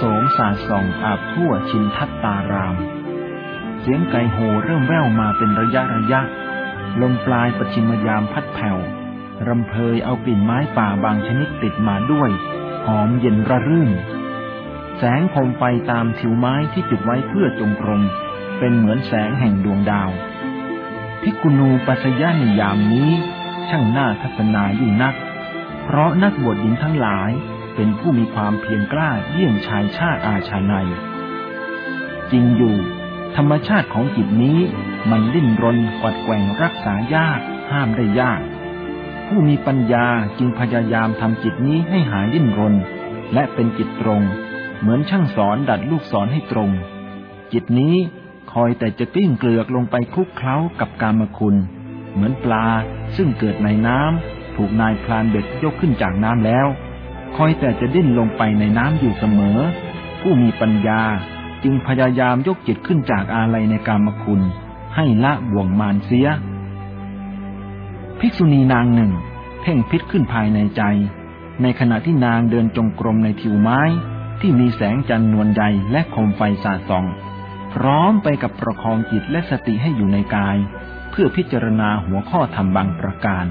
สมสาดส่องอาบทั่วชินทัตตารามเสียงไก่โห่เริ่มแว่วมาเป็นระยะลมปลายปฐิมยามพัดแผ่วรำเพยเอากลิ่นไม้ป่าบางชนิดติดมาด้วยหอมเย็นระรื่นแสงโคมไฟตามทิวไม้ที่จุดไว้เพื่อจงกรมเป็นเหมือนแสงแห่งดวงดาวภิกขุนูปัสสยะในยามนี้ช่างน่าทัศนายิ่งนักเพราะนักบวชหญิงทั้งหลายเป็นผู้มีความเพียรกล้าเยี่ยงชายชาติอาชาไนยจริงอยู่ธรรมชาติของจิตนี้มันดิ้นรนกวัดแกว่งรักษายากห้ามได้ยากผู้มีปัญญาจึงพยายามทำจิตนี้ให้หายดิ้นรนและเป็นจิตตรงเหมือนช่างสอนดัดลูกศรให้ตรงจิตนี้คอยแต่จะกลิ้งเกลือกลงไปคลุกเคล้ากับกามคุณเหมือนปลาซึ่งเกิดในน้ำถูกนายพรานเบ็ดยกขึ้นจากน้ำแล้วคอยแต่จะดิ้นลงไปในน้ำอยู่เสมอผู้มีปัญญาจึงพยายามยกจิตขึ้นจากอาลัยในกามคุณให้ละบ่วงมารเสียภิกษุณีนางหนึ่งเพ่งพิษขึ้นภายในใจในขณะที่นางเดินจงกรมในทิวไม้ที่มีแสงจันทร์นวลใยและโคมไฟสาดส่องพร้อมไปกับประคองจิตและสติให้อยู่ในกายเพื่อพิจารณาหัวข้อธรรมบางประการ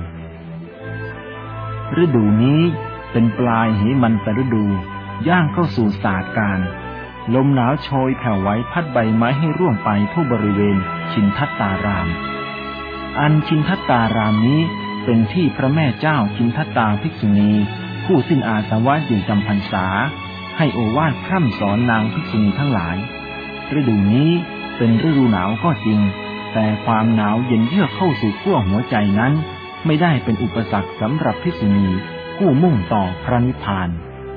ฤดูนี้เป็นปลายเหมันตฤดูย่างเข้าสู่ศาสตร์การลมหนาวโชยแผ่วไหวพัดใบไม้ให้ร่วงไปทั่วบริเวณชินทัตตารามอันชินทัตตารามนี้เป็นที่พระแม่เจ้าชินทัตตาภิกษุณีผู้สิ้นอาสวะอยู่จำพรรษาให้โอวาทพร่ำสอนนางภิกษุณีทั้งหลายฤดูนี้เป็นฤดูหนาวก็จริงแต่ความหนาวเย็นเยือกเข้าสู่ขั้วหัวใจนั้นไม่ได้เป็นอุปสรรคสำหรับภิกษุณีผู้มุ่งต่อพระนิพพาน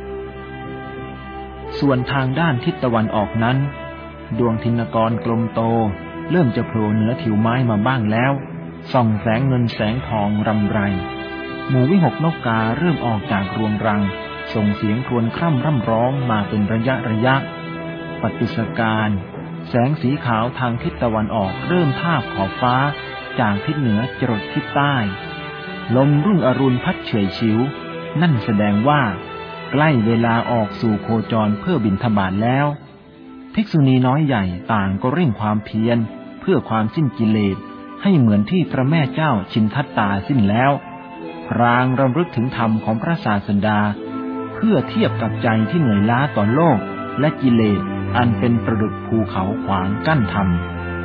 ส่วนทางด้านทิศตะวันออกนั้นดวงธินกรกลมโตเริ่มจะโผล่เหนือถิวไม้มาบ้างแล้วส่องแสงเงินแสงทองรำไรหมู่วิหกนกกาเริ่มออกจากรวงรังส่งเสียงครวญคร่ำร่ำร้องมาเป็นระยะปัจจุสการแสงสีขาวทางทิศตะวันออกเริ่มทาบขอบฟ้าจากทิศเหนือจรดทิศใต้ลมรุ่งอรุณพัดเฉยฉิวนั่นแสดงว่าใกล้เวลาออกสู่โคจรเพื่อบิณฑบาตแล้วภิกษุณีน้อยใหญ่ต่างก็เร่งความเพียรเพื่อความสิ้นกิเลสให้เหมือนที่พระแม่เจ้าชินทัตตาสิ้นแล้วพรางรำลึกถึงธรรมของพระศาสดาเพื่อเทียบกับใจที่เหนื่อยล้าต่อโลกและกิเลสอันเป็นประดุจภูเขาขวางกั้นธรรม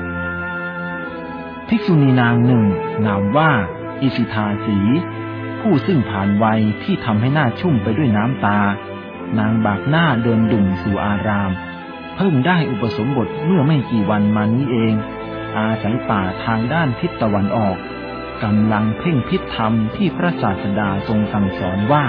ภิกษุณีนางหนึ่งนามว่าอิสิทาสีผู้ซึ่งผ่านวัยที่ทำให้หน้าชุ่มไปด้วยน้ำตานางบากหน้าเดินดุ่มสู่อารามเพิ่งได้อุปสมบทเมื่อไม่กี่วันมานี้เองอาศัยป่าทางด้านทิศตะวันออกกำลังเพ่งพิษธรรมที่พระศาสดาทรงสั่งสอนว่า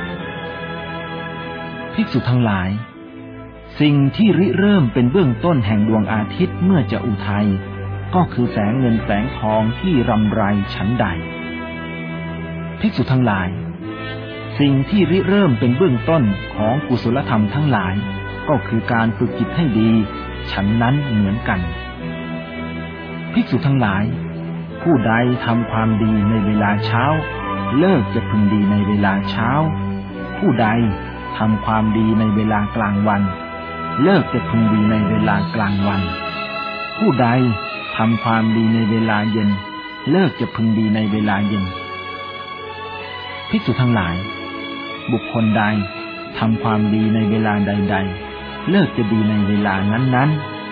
ภิกษุทั้งหลายสิ่งที่ริเริ่มเป็นเบื้องต้นแห่งดวงอาทิตย์เมื่อจะอุทัยก็คือแสงเงินแสงทองที่รำไรฉันใดภิกษุทั้งหลายสิ่งที่ริเริ่มเป็นเบื้องต้นของกุศลธรรมทั้งหลายก็คือการฝึกจิตให้ดีฉันนั้นเหมือนกันภิกษุทั้งหลายผู้ใดทำความดีในเวลาเช้าเลิกจะพึงดีในเวลาเช้าผู้ใดทำความดีในเวลากลางวันเลิกจะพึงดีในเวลากลางวันผู้ใดทำความดีในเวลาเย็นเลิกจะพึงดีในเวลาเย็นภิกษุทั้งหลายบุคคลใดทำความดีในเวลาใดๆเลิกจะดีในเวลานั้น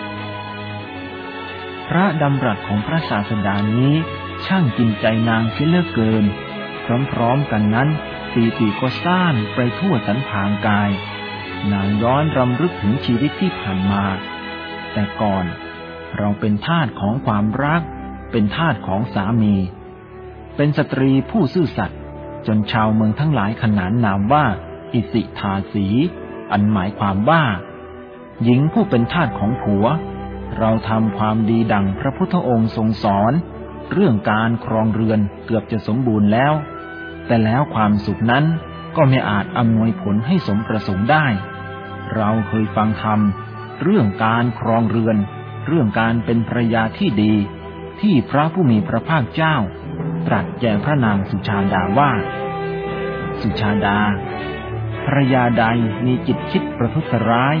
ๆพระดำรัสของพระศาสดานี้ช่างกินใจนางเสียเหลือเกินพร้อมๆกันนั้นปีติก็ซ่านไปทั่วสันผางกายนางย้อนรำลึกถึงชีวิตที่ผ่านมาแต่ก่อนเราเป็นทาสของความรักเป็นทาสของสามีเป็นสตรีผู้ซื่อสัตย์จนชาวเมืองทั้งหลายขนานนามว่าอิสิทาสีอันหมายความว่าหญิงผู้เป็นทาสของผัวเราทำความดีดังพระพุทธองค์ทรงสอนเรื่องการครองเรือนเกือบจะสมบูรณ์แล้วแต่แล้วความสุขนั้นก็ไม่อาจอำนวยผลให้สมประสงค์ได้เราเคยฟังธรรมเรื่องการครองเรือนเรื่องการเป็นภรรยาที่ดีที่พระผู้มีพระภาคเจ้าตรัสแก่พระนางสุชาดาว่าสุชาดาภรรยาใดมีจิตคิดประทุษร้าย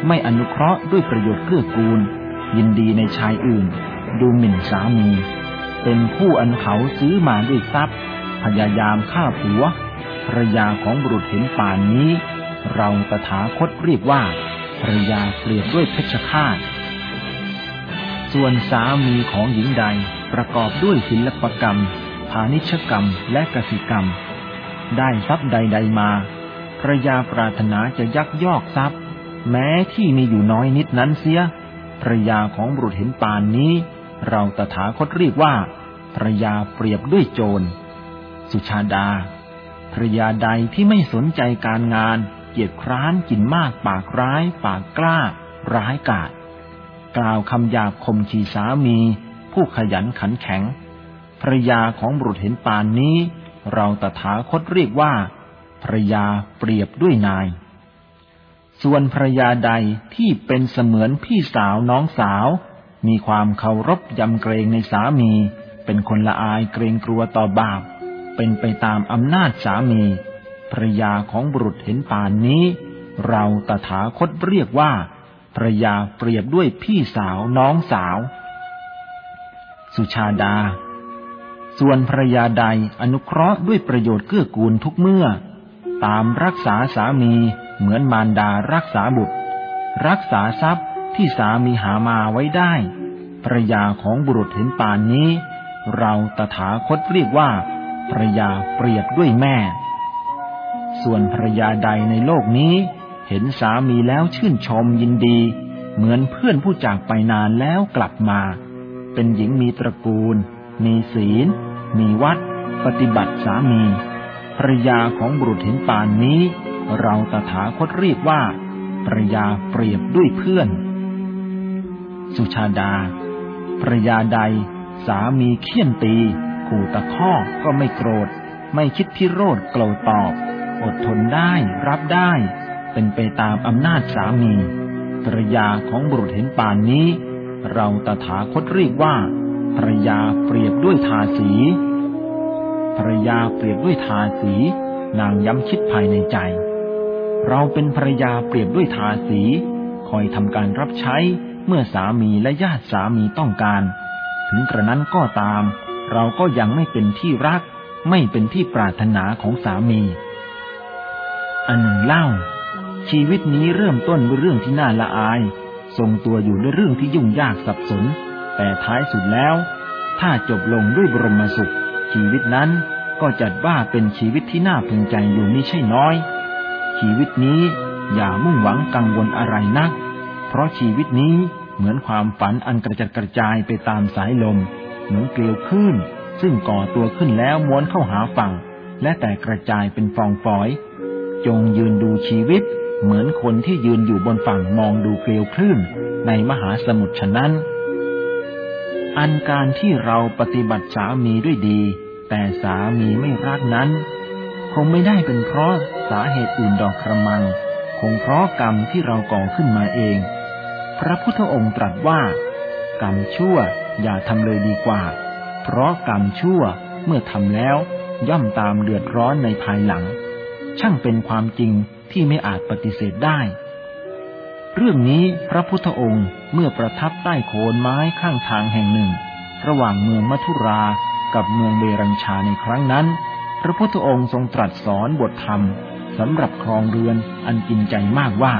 ไม่อนุเคราะห์ด้วยประโยชน์เกื้อกูลยินดีในชายอื่นดูหมิ่นสามีเป็นผู้อันเขาซื้อมาด้วยทรัพย์พยายามฆ่าผัวภรรยาของบุรุษเห็นป่านนี้เราตถาคตเรียกว่าภรรยาเปรียบด้วยเพชฌฆาตส่วนสามีของหญิงใดประกอบด้วยศิลปกรรมพาณิชกรรมและกสิกรรมได้ทรัพย์ใดๆมาภรรยาปรารถนาจะยักยอกทรัพย์แม้ที่มีอยู่น้อยนิดนั้นเสียภรรยาของบุรุษเห็นป่านนี้เราตถาคตเรียกว่าภรรยาเปรียบด้วยโจรสุชาดาภรรยาใดที่ไม่สนใจการงานเกียจคร้านกินมากปากร้ายปากกล้าร้ายกาจกล่าวคำหยาบข่มขีสามีผู้ขยันขันแข็งภรรยาของบุรุษเห็นป่านนี้เราตถาคตเรียกว่าภรรยาเปรียบด้วยนายส่วนภรรยาใดที่เป็นเสมือนพี่สาวน้องสาวมีความเคารพยำเกรงในสามีเป็นคนละอายเกรงกลัวต่อบาปเป็นไปตามอำนาจสามีภรรยาของบุรุษเห็นป่านนี้เราตถาคตเรียกว่าภรรยาเปรียบด้วยพี่สาวน้องสาวสุชาดาส่วนภรรยาใดอนุเคราะห์ด้วยประโยชน์เกื้อกูลทุกเมื่อตามรักษาสามีเหมือนมารดารักษาบุตรรักษาทรัพย์ที่สามีหามาไว้ได้ภรรยาของบุรุษเห็นป่านนี้เราตถาคตเรียกว่าภรรยาเปรียบด้วยแม่ส่วนภรรยาใดในโลกนี้เห็นสามีแล้วชื่นชมยินดีเหมือนเพื่อนผู้จากไปนานแล้วกลับมาเป็นหญิงมีตระกูลมีศีลมีวัดปฏิบัติสามีภรรยาของบุรุษเห็นป่านนี้เราตถาคตเรียกว่าภรรยาเปรียบด้วยเพื่อนสุชาดาภรรยาใดสามีเฆี่ยนตีขู่ตะคอกก็ไม่โกรธไม่คิดพิโรธโกรธตอบอดทนได้รับได้เป็นไปตามอำนาจสามีภรรยาของบุรุษเห็นป่านนี้เราตถาคตเรียกว่าภรรยาเปรียบด้วยทาสีภรรยาเปรียบด้วยทาสีนางย้ำคิดภายในใจเราเป็นภรรยาเปรียบด้วยทาสีคอยทำการรับใช้เมื่อสามีและญาติสามีต้องการถึงกระนั้นก็ตามเราก็ยังไม่เป็นที่รักไม่เป็นที่ปรารถนาของสามีอันหนึ่งเล่าชีวิตนี้เริ่มต้นด้วยเรื่องที่น่าละอายทรงตัวอยู่ด้วยเรื่องที่ยุ่งยากสับสนแต่ท้ายสุดแล้วถ้าจบลงด้วยบรมสุขชีวิตนั้นก็จัดว่าเป็นชีวิตที่น่าพึงใจอยู่มิใช่น้อยชีวิตนี้อย่ามุ่งหวังกังวลอะไรนักเพราะชีวิตนี้เหมือนความฝันอันกระจัดกระจายไปตามสายลมเหมือนเกลียวคลื่นซึ่งก่อตัวขึ้นแล้วม้วนเข้าหาฝั่งและแตกกระจายเป็นฟองฝอยจงยืนดูชีวิตเหมือนคนที่ยืนอยู่บนฝั่งมองดูเกลียวคลื่นในมหาสมุทรฉะนั้นอันการที่เราปฏิบัติสามีด้วยดีแต่สามีไม่รักนั้นคงไม่ได้เป็นเพราะสาเหตุอื่นดอกกระมังคงเพราะกรรมที่เราก่อขึ้นมาเองพระพุทธองค์ตรัสว่ากรรมชั่วอย่าทำเลยดีกว่าเพราะกรรมชั่วเมื่อทำแล้วย่อมตามเดือดร้อนในภายหลังช่างเป็นความจริงที่ไม่อาจปฏิเสธได้เรื่องนี้พระพุทธองค์เมื่อประทับใต้โคนไม้ข้างทางแห่งหนึ่งระหว่างเมืองมัทุรากับเมืองเบรัญชาในครั้งนั้นพระพุทธองค์ทรงตรัสสอนบทธรรมสำหรับครองเรือนอันกินใจมากว่า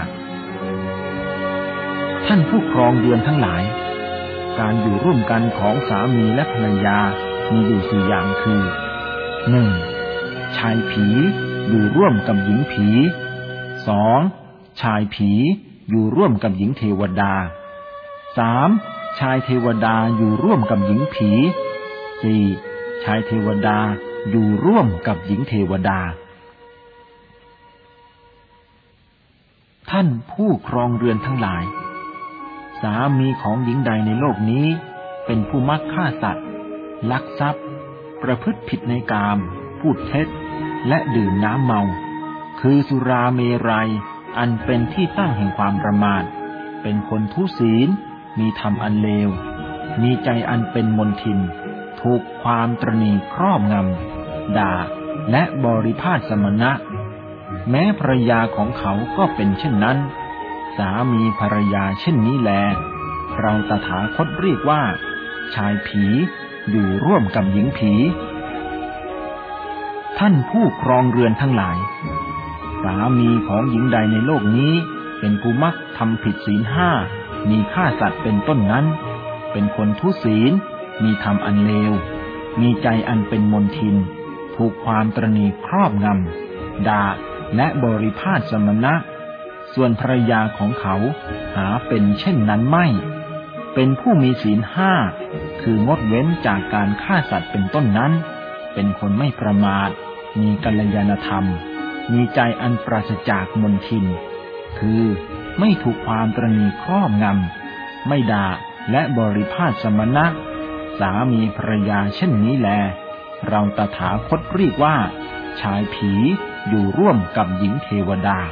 ท่านผู้ครองเรือนทั้งหลายการอยู่ร่วมกันของสามีและภรรยามีอยู่4อย่างคือ 1. ชายผีอยู่ร่วมกับหญิงผี 2. ชายผีอยู่ร่วมกับหญิงเทวดา 3. ชายเทวดาอยู่ร่วมกับหญิงผี 4. ชายเทวดาอยู่ร่วมกับหญิงเทวดาท่านผู้ครองเรือนทั้งหลายสามีของหญิงใดในโลกนี้เป็นผู้มักฆ่าสัตว์ลักทรัพย์ประพฤติผิดในกามพูดเท็จและดื่มน้ำเมาคือสุราเมรัยอันเป็นที่ตั้งแห่งความประมาทเป็นคนทุศีลมีธรรมอันเลวมีใจอันเป็นมลทินถูกความตระหนี่ครอบงำด่าและบริพาทสมณะแม้ภรรยาของเขาก็เป็นเช่นนั้นสามีภรรยาเช่นนี้แลเราตถาคตเรียกว่าชายผีอยู่ร่วมกับหญิงผีท่านผู้ครองเรือนทั้งหลายสามีของหญิงใดในโลกนี้เป็นกุมักทำผิดศีลห้ามีฆ่าสัตว์เป็นต้นนั้นเป็นคนทุศีลมีธรรมอันเลวมีใจอันเป็นมลทินถูกความตระหนี่ครอบงำด่าและบริพาทสมณะส่วนภรรยาของเขาหาเป็นเช่นนั้นไม่เป็นผู้มีศีลห้าคืองดเว้นจากการฆ่าสัตว์เป็นต้นนั้นเป็นคนไม่ประมาทมีกัลยาณธรรมมีใจอันปราศจากมลทินคือไม่ถูกความตระหนี่ครอบงำไม่ด่าและบริพาทสมณะสามีภรรยาเช่นนี้แลเราตถาคตเรียกว่าชายผีอยู่ร่วมกับหญิงเทวดา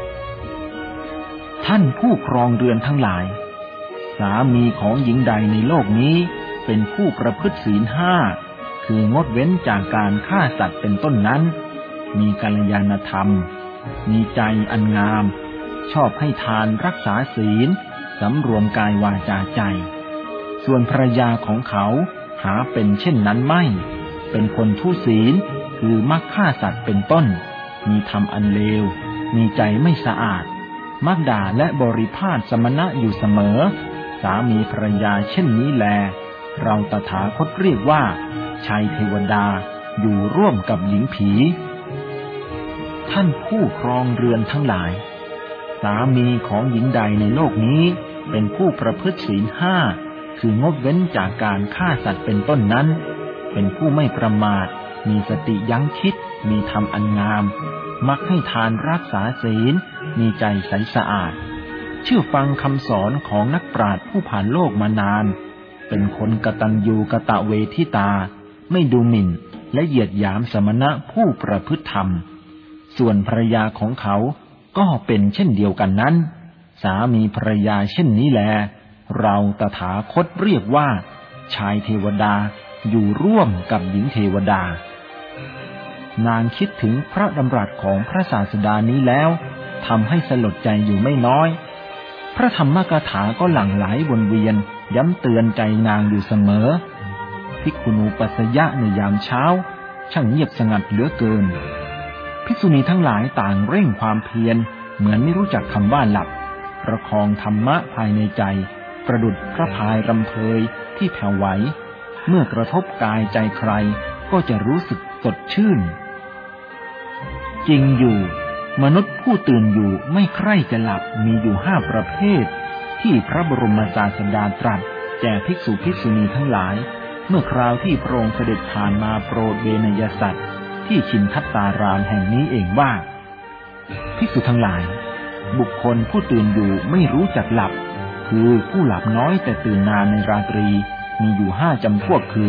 ท่านผู้ครองเรือนทั้งหลายสามีของหญิงใดในโลกนี้เป็นผู้ประพฤติศีลห้าคืองดเว้นจากการฆ่าสัตว์เป็นต้นนั้นมีกัลยาณธรรมมีใจอันงามชอบให้ทานรักษาศีลสำรวมกายวาจาใจส่วนภรรยาของเขาหาเป็นเช่นนั้นไม่เป็นคนทุศีลคือมักฆ่าสัตว์เป็นต้นมีธรรมอันเลวมีใจไม่สะอาดมักด่าและบริพาทสมณะอยู่เสมอสามีภรรยาเช่นนี้แลเราตถาคตเรียกว่าชายเทวดาอยู่ร่วมกับหญิงผีท่านผู้ครองเรือนทั้งหลายสามีของหญิงใดในโลกนี้เป็นผู้ประพฤติศีลห้าคืองดเว้นจากการฆ่าสัตว์เป็นต้นนั้นเป็นผู้ไม่ประมาทมีสติยั้งคิดมีธรรมอันงามมักให้ทานรักษาศีลมีใจใสสะอาดเชื่อฟังคำสอนของนักปราชญ์ผู้ผ่านโลกมานานเป็นคนกตัญญูกตเวทิตาไม่ดูหมิ่นและเหยียดหยามสมณะผู้ประพฤติธรรมส่วนภรรยาของเขาก็เป็นเช่นเดียวกันนั้นสามีภรรยาเช่นนี้แลเราตถาคตเรียกว่าชายเทวดาอยู่ร่วมกับหญิงเทวดานางคิดถึงพระดำรัสของพระศาสดานี้แล้วทำให้สลดใจอยู่ไม่น้อยพระธรรมกถาก็หลั่งไหลวนเวียนย้ำเตือนใจนางอยู่เสมอภิกขุนูปัสสยะในยามเช้าช่างเงียบสงัดเหลือเกินภิกษุณีทั้งหลายต่างเร่งความเพียรเหมือนไม่รู้จักคำว่าหลับประคองธรรมะภายในใจประดุจพระพายรำเพยที่แผ่วไหวเมื่อกระทบกายใจใครก็จะรู้สึกสดชื่นจริงอยู่มนุษย์ผู้ตื่นอยู่ไม่ใคร่จะหลับมีอยู่5ประเภทที่พระบรมศาสดาตรัสแก่ภิกษุภิกษุณีทั้งหลายเมื่อคราวที่พระองค์เสด็จผ่านมาโปรดเวนยสัตว์ที่ชินทัตตารามแห่งนี้เองว่าภิกษุทั้งหลายบุคคลผู้ตื่นอยู่ไม่รู้จักหลับคือผู้หลับน้อยแต่ตื่นนานในราตรีมีอยู่5จำพวกคือ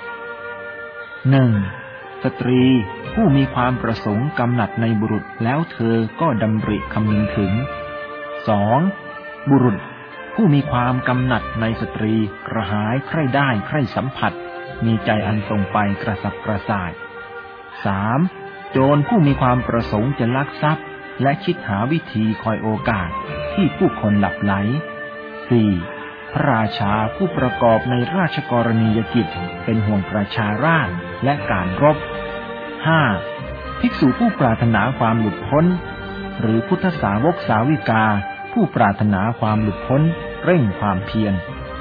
1. สตรีผู้มีความประสงค์กำหนัดในบุรุษแล้วเธอก็ดำริคำนึงถึง 2. บุรุษผู้มีความกำหนัดในสตรีกระหายใคร่ได้ใคร่สัมผัสมีใจอันตรงไปกระสับกระส่าย 3. โจรผู้มีความประสงค์จะลักทรัพย์และคิดหาวิธีคอยโอกาสที่ผู้คนหลับไหล 4. พระราชาผู้ประกอบในราชกรณียกิจเป็นห่วงประชาราษฎร์และการรบ 5. ภิกษุผู้ปรารถนาความหลุดพ้นหรือพุทธสาวกสาวิกาผู้ปรารถนาความหลุดพ้นเร่งความเพียร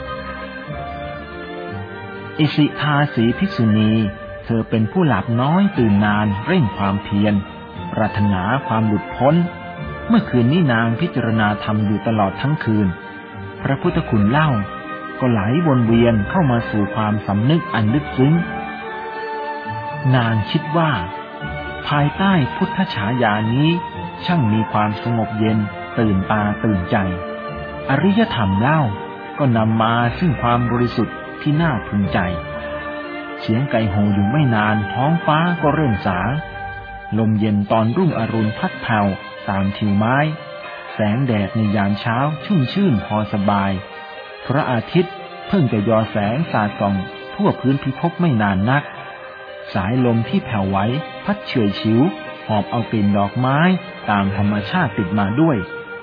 อิสิทาสีภิกษุณีเธอเป็นผู้หลับน้อยตื่นนานเร่งความเพียรปรารถนาความหลุดพ้นเมื่อคืนนี้นางพิจารณาธรรมอยู่ตลอดทั้งคืนพระพุทธคุณเล่าก็ไหลวนเวียนเข้ามาสู่ความสำนึกอันลึกซึ้งนางคิดว่าภายใต้พุทธฉายานี้ช่างมีความสงบเย็นตื่นตาตื่นใจอริยธรรมเล่าก็นำมาซึ่งความบริสุทธิ์ที่น่าพึงใจเสียงไก่โหอยู่ไม่นานท้องฟ้าก็เริ่มสางลมเย็นตอนรุ่งอรุณพัดแผ่วตามทิวไม้แสงแดดในยามเช้าชุ่มชื่นพอสบายพระอาทิตย์เพิ่งจะยอแสงสาดส่องทั่วพื้นพิภพไม่นานนักสายลมที่แผ่วไหวพัดเฉื่อยฉิวหอบเอากลิ่นดอกไม้ตามธรรมชาติติดมาด้วย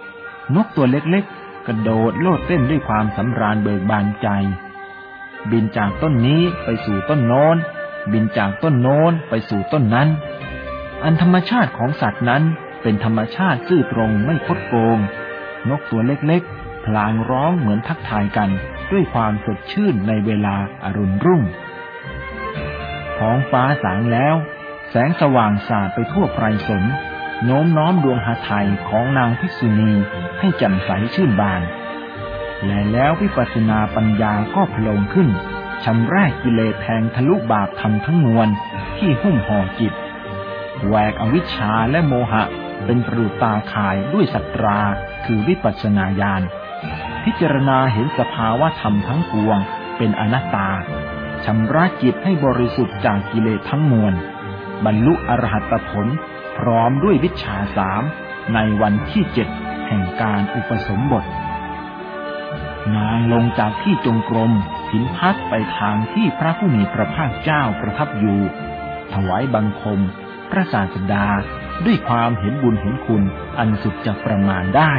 นกตัวเล็กๆกระโดดโลดเต้นด้วยความสำราญเบิกบานใจบินจากต้นนี้ไปสู่ต้นโน้นบินจากต้นโน้นไปสู่ต้นนั้นอันธรรมชาติของสัตว์นั้นเป็นธรรมชาติซื่อตรงไม่คดโกงนกตัวเล็กๆพลางร้องเหมือนทักทายกันด้วยความสดชื่นในเวลาอรุณรุ่งท้องฟ้าสางแล้วแสงสว่างสาดไปทั่วไพรสนโน้มน้อมดวงหฤทัยของนางภิกษุณีให้แจ่มใสชื่นบานและแล้ววิปัสสนาปัญญาก็โผล่ขึ้นชำแรกกิเลสแทงทะลุบาปธรรมทั้งมวลที่หุ้มห่อจิตแหวกอวิชชาและโมหะเป็นประดุจตาข่ายด้วยสัตราคือวิปัสสนาญาณพิจารณาเห็นสภาวะธรรมทั้งปวงเป็นอนัตตาชำระจิตให้บริสุทธิ์จากกิเลสทั้งมวลบรรลุอรหัตผลพร้อมด้วยวิชชา3ในวันที่7แห่งการอุปสมบทนางลงจากที่จงกรมผินพัดไปทางที่พระผู้มีพระภาคเจ้าประทับอยู่ถวายบังคมพระศาสดาด้วยความเห็นบุญเห็นคุณอันสุดจะประมาณได้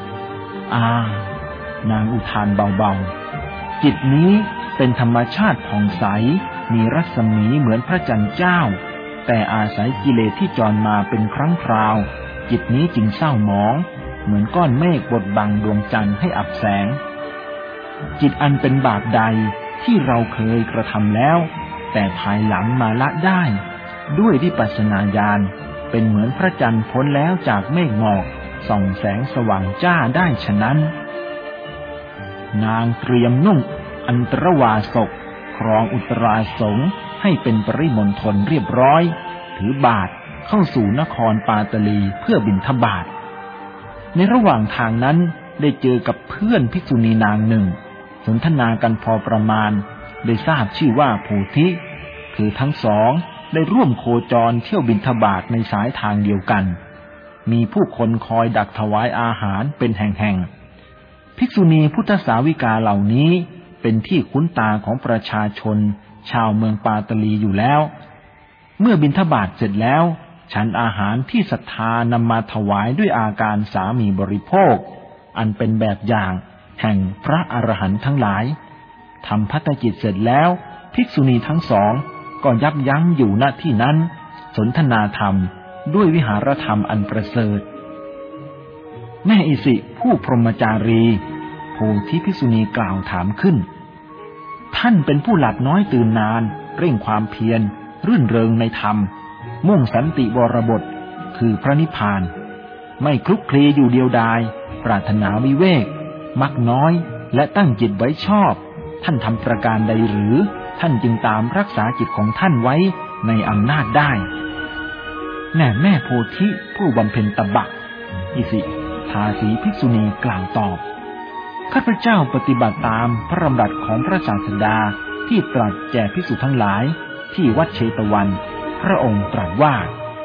นางอุทานเบาๆจิตนี้เป็นธรรมชาติผ่องใสมีรัศมีเหมือนพระจันทร์เจ้าแต่อาศัยกิเลสที่จรมาเป็นครั้งคราวจิตนี้จึงเศร้าหมองเหมือนก้อนเมฆบดบังดวงจันทร์ให้อับแสงจิตอันเป็นบาปใดที่เราเคยกระทำแล้วแต่ภายหลังมาละได้ด้วยวิปัสสนาญาณเป็นเหมือนพระจันทร์พ้นแล้วจากเมฆหมอกส่องแสงสว่างจ้าได้ฉะนั้นนางเตรียมนุ่งอันตรวาสกครองอุตราสงให้เป็นปริมณฑลเรียบร้อยถือบาตรเข้าสู่นครปาตลีเพื่อบิณฑบาตในระหว่างทางนั้นได้เจอกับเพื่อนภิกษุณีนางหนึ่งสนทนากันพอประมาณได้ทราบชื่อว่าโพธิคือทั้งสองได้ร่วมโคจรเที่ยวบิณฑบาตในสายทางเดียวกันมีผู้คนคอยดักถวายอาหารเป็นแห่งๆภิกษุณีพุทธสาวิกาเหล่านี้เป็นที่คุ้นตาของประชาชนชาวเมืองปาตลีอยู่แล้วเมื่อบิณฑบาตเสร็จแล้วฉันอาหารที่ศรัทธานำมาถวายด้วยอาการสามีบริโภคอันเป็นแบบอย่างแห่งพระอรหันต์ทั้งหลายทำภัตตกิจเสร็จแล้วภิกษุณีทั้งสองก็ยับยั้งอยู่ณที่นั้นสนทนาธรรมด้วยวิหารธรรมอันประเสริฐแม่อิสิผู้พรหมจารีโพธิภิกษุณีกล่าวถามขึ้นท่านเป็นผู้หลับน้อยตื่นนานเร่งความเพียรรื่นเริงในธรรมมุ่งสันติวรบทคือพระนิพพานไม่คลุกคลีอยู่เดียวดายปรารถนาวิเวกมักน้อยและตั้งจิตไว้ชอบท่านทำประการใดหรือท่านจึงตามรักษาจิตของท่านไว้ในอำนาจได้แม่โพธิผู้บำเพ็ญตบะอิสิทาสีภิกษุณีกล่าวตอบข้าพเจ้าปฏิบัติตามพระดำรัสของพระศาสดาที่ตรัสแก่ภิกษุทั้งหลายที่วัดเชตวันพระองค์ตรัสว่า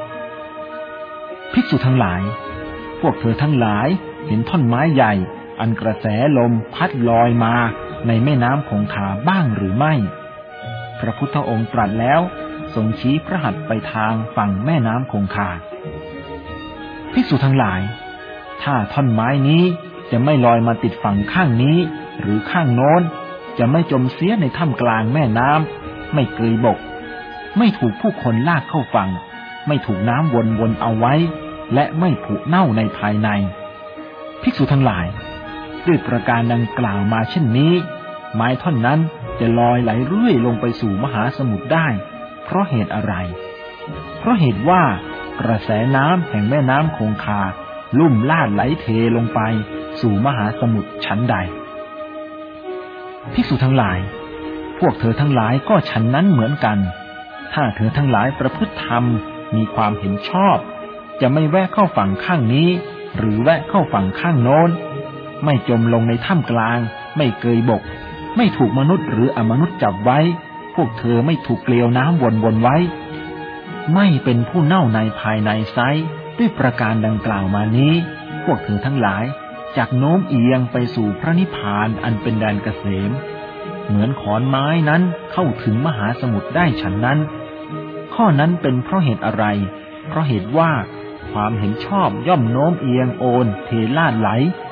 ภิกษุทั้งหลายพวกเธอทั้งหลายเห็นท่อนไม้ใหญ่อันกระแสลมพัดลอยมาในแม่น้ำคงคาบ้างหรือไม่พระพุทธองค์ตรัสแล้วทรงชี้พระหัตถ์ไปทางฝั่งแม่น้ำคงคาภิกษุทั้งหลายถ้าท่อนไม้นี้จะไม่ลอยมาติดฝั่งข้างนี้หรือข้างโน้นจะไม่จมเสียในท่ามกลางแม่น้ำไม่เกยบกไม่ถูกผู้คนลากเข้าฝั่งไม่ถูกน้ำวนเอาไว้และไม่ผุเน่าในภายในภิกษุทั้งหลายด้วยประการดังกล่าวมาเช่นนี้ไม้ท่อนนั้นจะลอยไหลเรื่อยลงไปสู่มหาสมุทรได้เพราะเหตุอะไรเพราะเหตุว่ากระแสน้ำแห่งแม่น้ำคงคาลุ่มลาดไหลเทลงไปสู่มหาสมุทรชั้นใดภิกษุทั้งหลายพวกเธอทั้งหลายก็ฉันนั้นเหมือนกันถ้าเธอทั้งหลายประพฤติธรรมมีความเห็นชอบจะไม่แวะเข้าฝั่งข้างนี้หรือแวะเข้าฝั่งข้างโน้นไม่จมลงในถ้ำกลางไม่เกยบกไม่ถูกมนุษย์หรืออมนุษย์จับไว้พวกเธอไม่ถูกเกลียวน้ำวนไว้ไม่เป็นผู้เน่าในภายในไซด้วยประการดังกล่าวมานี้พวกเธอทั้งหลายจักโน้มเอียงไปสู่พระนิพพานอันเป็นแดนเกษมเหมือนขอนไม้นั้นเข้าถึงมหาสมุทรได้ฉันนั้นข้อนั้นเป็นเพราะเหตุอะไรเพราะเหตุว่าความเห็นชอบย่อมโน้มเอียงโอนเทลาดไหล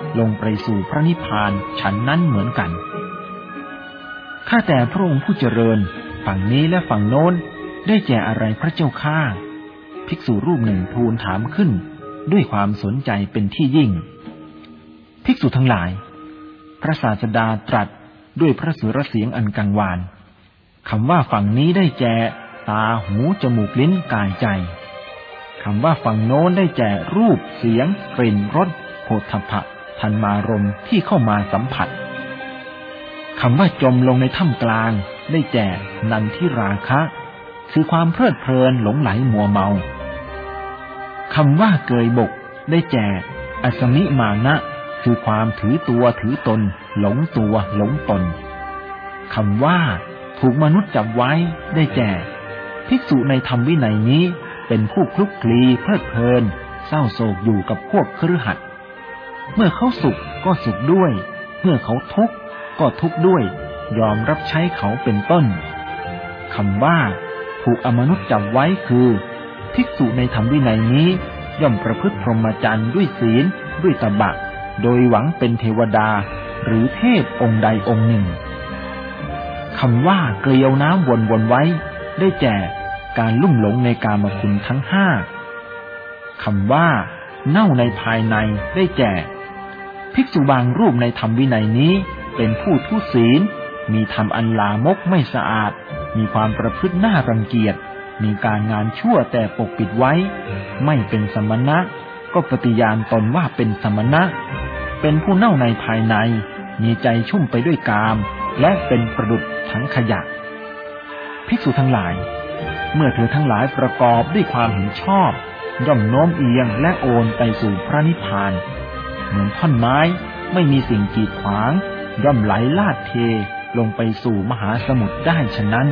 ลงไปสู่พระนิพพานฉันนั้นเหมือนกันข้าแต่พระองค์ผู้เจริญฝั่งนี้และฝั่งโน้นได้แก่อะไรพระเจ้าข้าภิกษุรูปหนึ่งทูลถามขึ้นด้วยความสนใจเป็นที่ยิ่งภิกษุทั้งหลายพระศาสดาตรัสด้วยพระสุรเสียงอันกังวานคำว่าฝั่งนี้ได้แก่ตาหูจมูกลิ้นกายใจคำว่าฝั่งโน้นได้แก่รูปเสียงกลิ่นรสโผฏฐัพพะธรรมารมณ์ที่เข้ามาสัมผัสคำว่าจมลงในถ้ำกลางได้แก่นันทิราคะคือความเพลิดเพลินหลงไหลมัวเมาคำว่าเกยบกได้แก่อสมิมานะคือความถือตัวถือตนหลงตัวหลงตนคำว่าถูกมนุษย์จับไว้ได้แก่ภิกษุในธรรมวินัยนี้เป็นผู้คลุกคลีเพลิดเพลินเศร้าโศกอยู่กับพวกคฤหัสถ์เมื่อเขาสุขก็สุขด้วยเมื่อเขาทุกข์ก็ทุกข์ด้วยยอมรับใช้เขาเป็นต้นคำว่าถูกอมนุษย์จับไว้คือภิกษุในธรรมวินัยนี้ย่อมประพฤติพรหมจรรย์ด้วยศีลด้วยตบะโดยหวังเป็นเทวดาหรือเทพองค์ใดองค์หนึ่งคำว่าเกลียวน้ำวนไว้ได้แก่การลุ่มหลงในกามคุณทั้งห้าคำว่าเน่าในภายในได้แก่ภิกษุบางรูปในธรรมวินัยนี้เป็นผู้ทุศีลมีธรรมอันลามกไม่สะอาดมีความประพฤติน่ารังเกียจมีการงานชั่วแต่ปกปิดไว้ไม่เป็นสมณะก็ปฏิญาณตนว่าเป็นสมณะเป็นผู้เน่าในภายในมีใจชุ่มไปด้วยกามและเป็นประดุจถังขยะภิกษุทั้งหลายเมื่อเธอทั้งหลายประกอบด้วยความเห็นชอบย่อมโน้มเอียงและโอนไปสู่พระนิพพานเหมือนท่อนไม้ไม่มีสิ่งกีดขวางย่อมไหลลาดเทลงไปสู่มหาสมุทรได้ฉะนั้น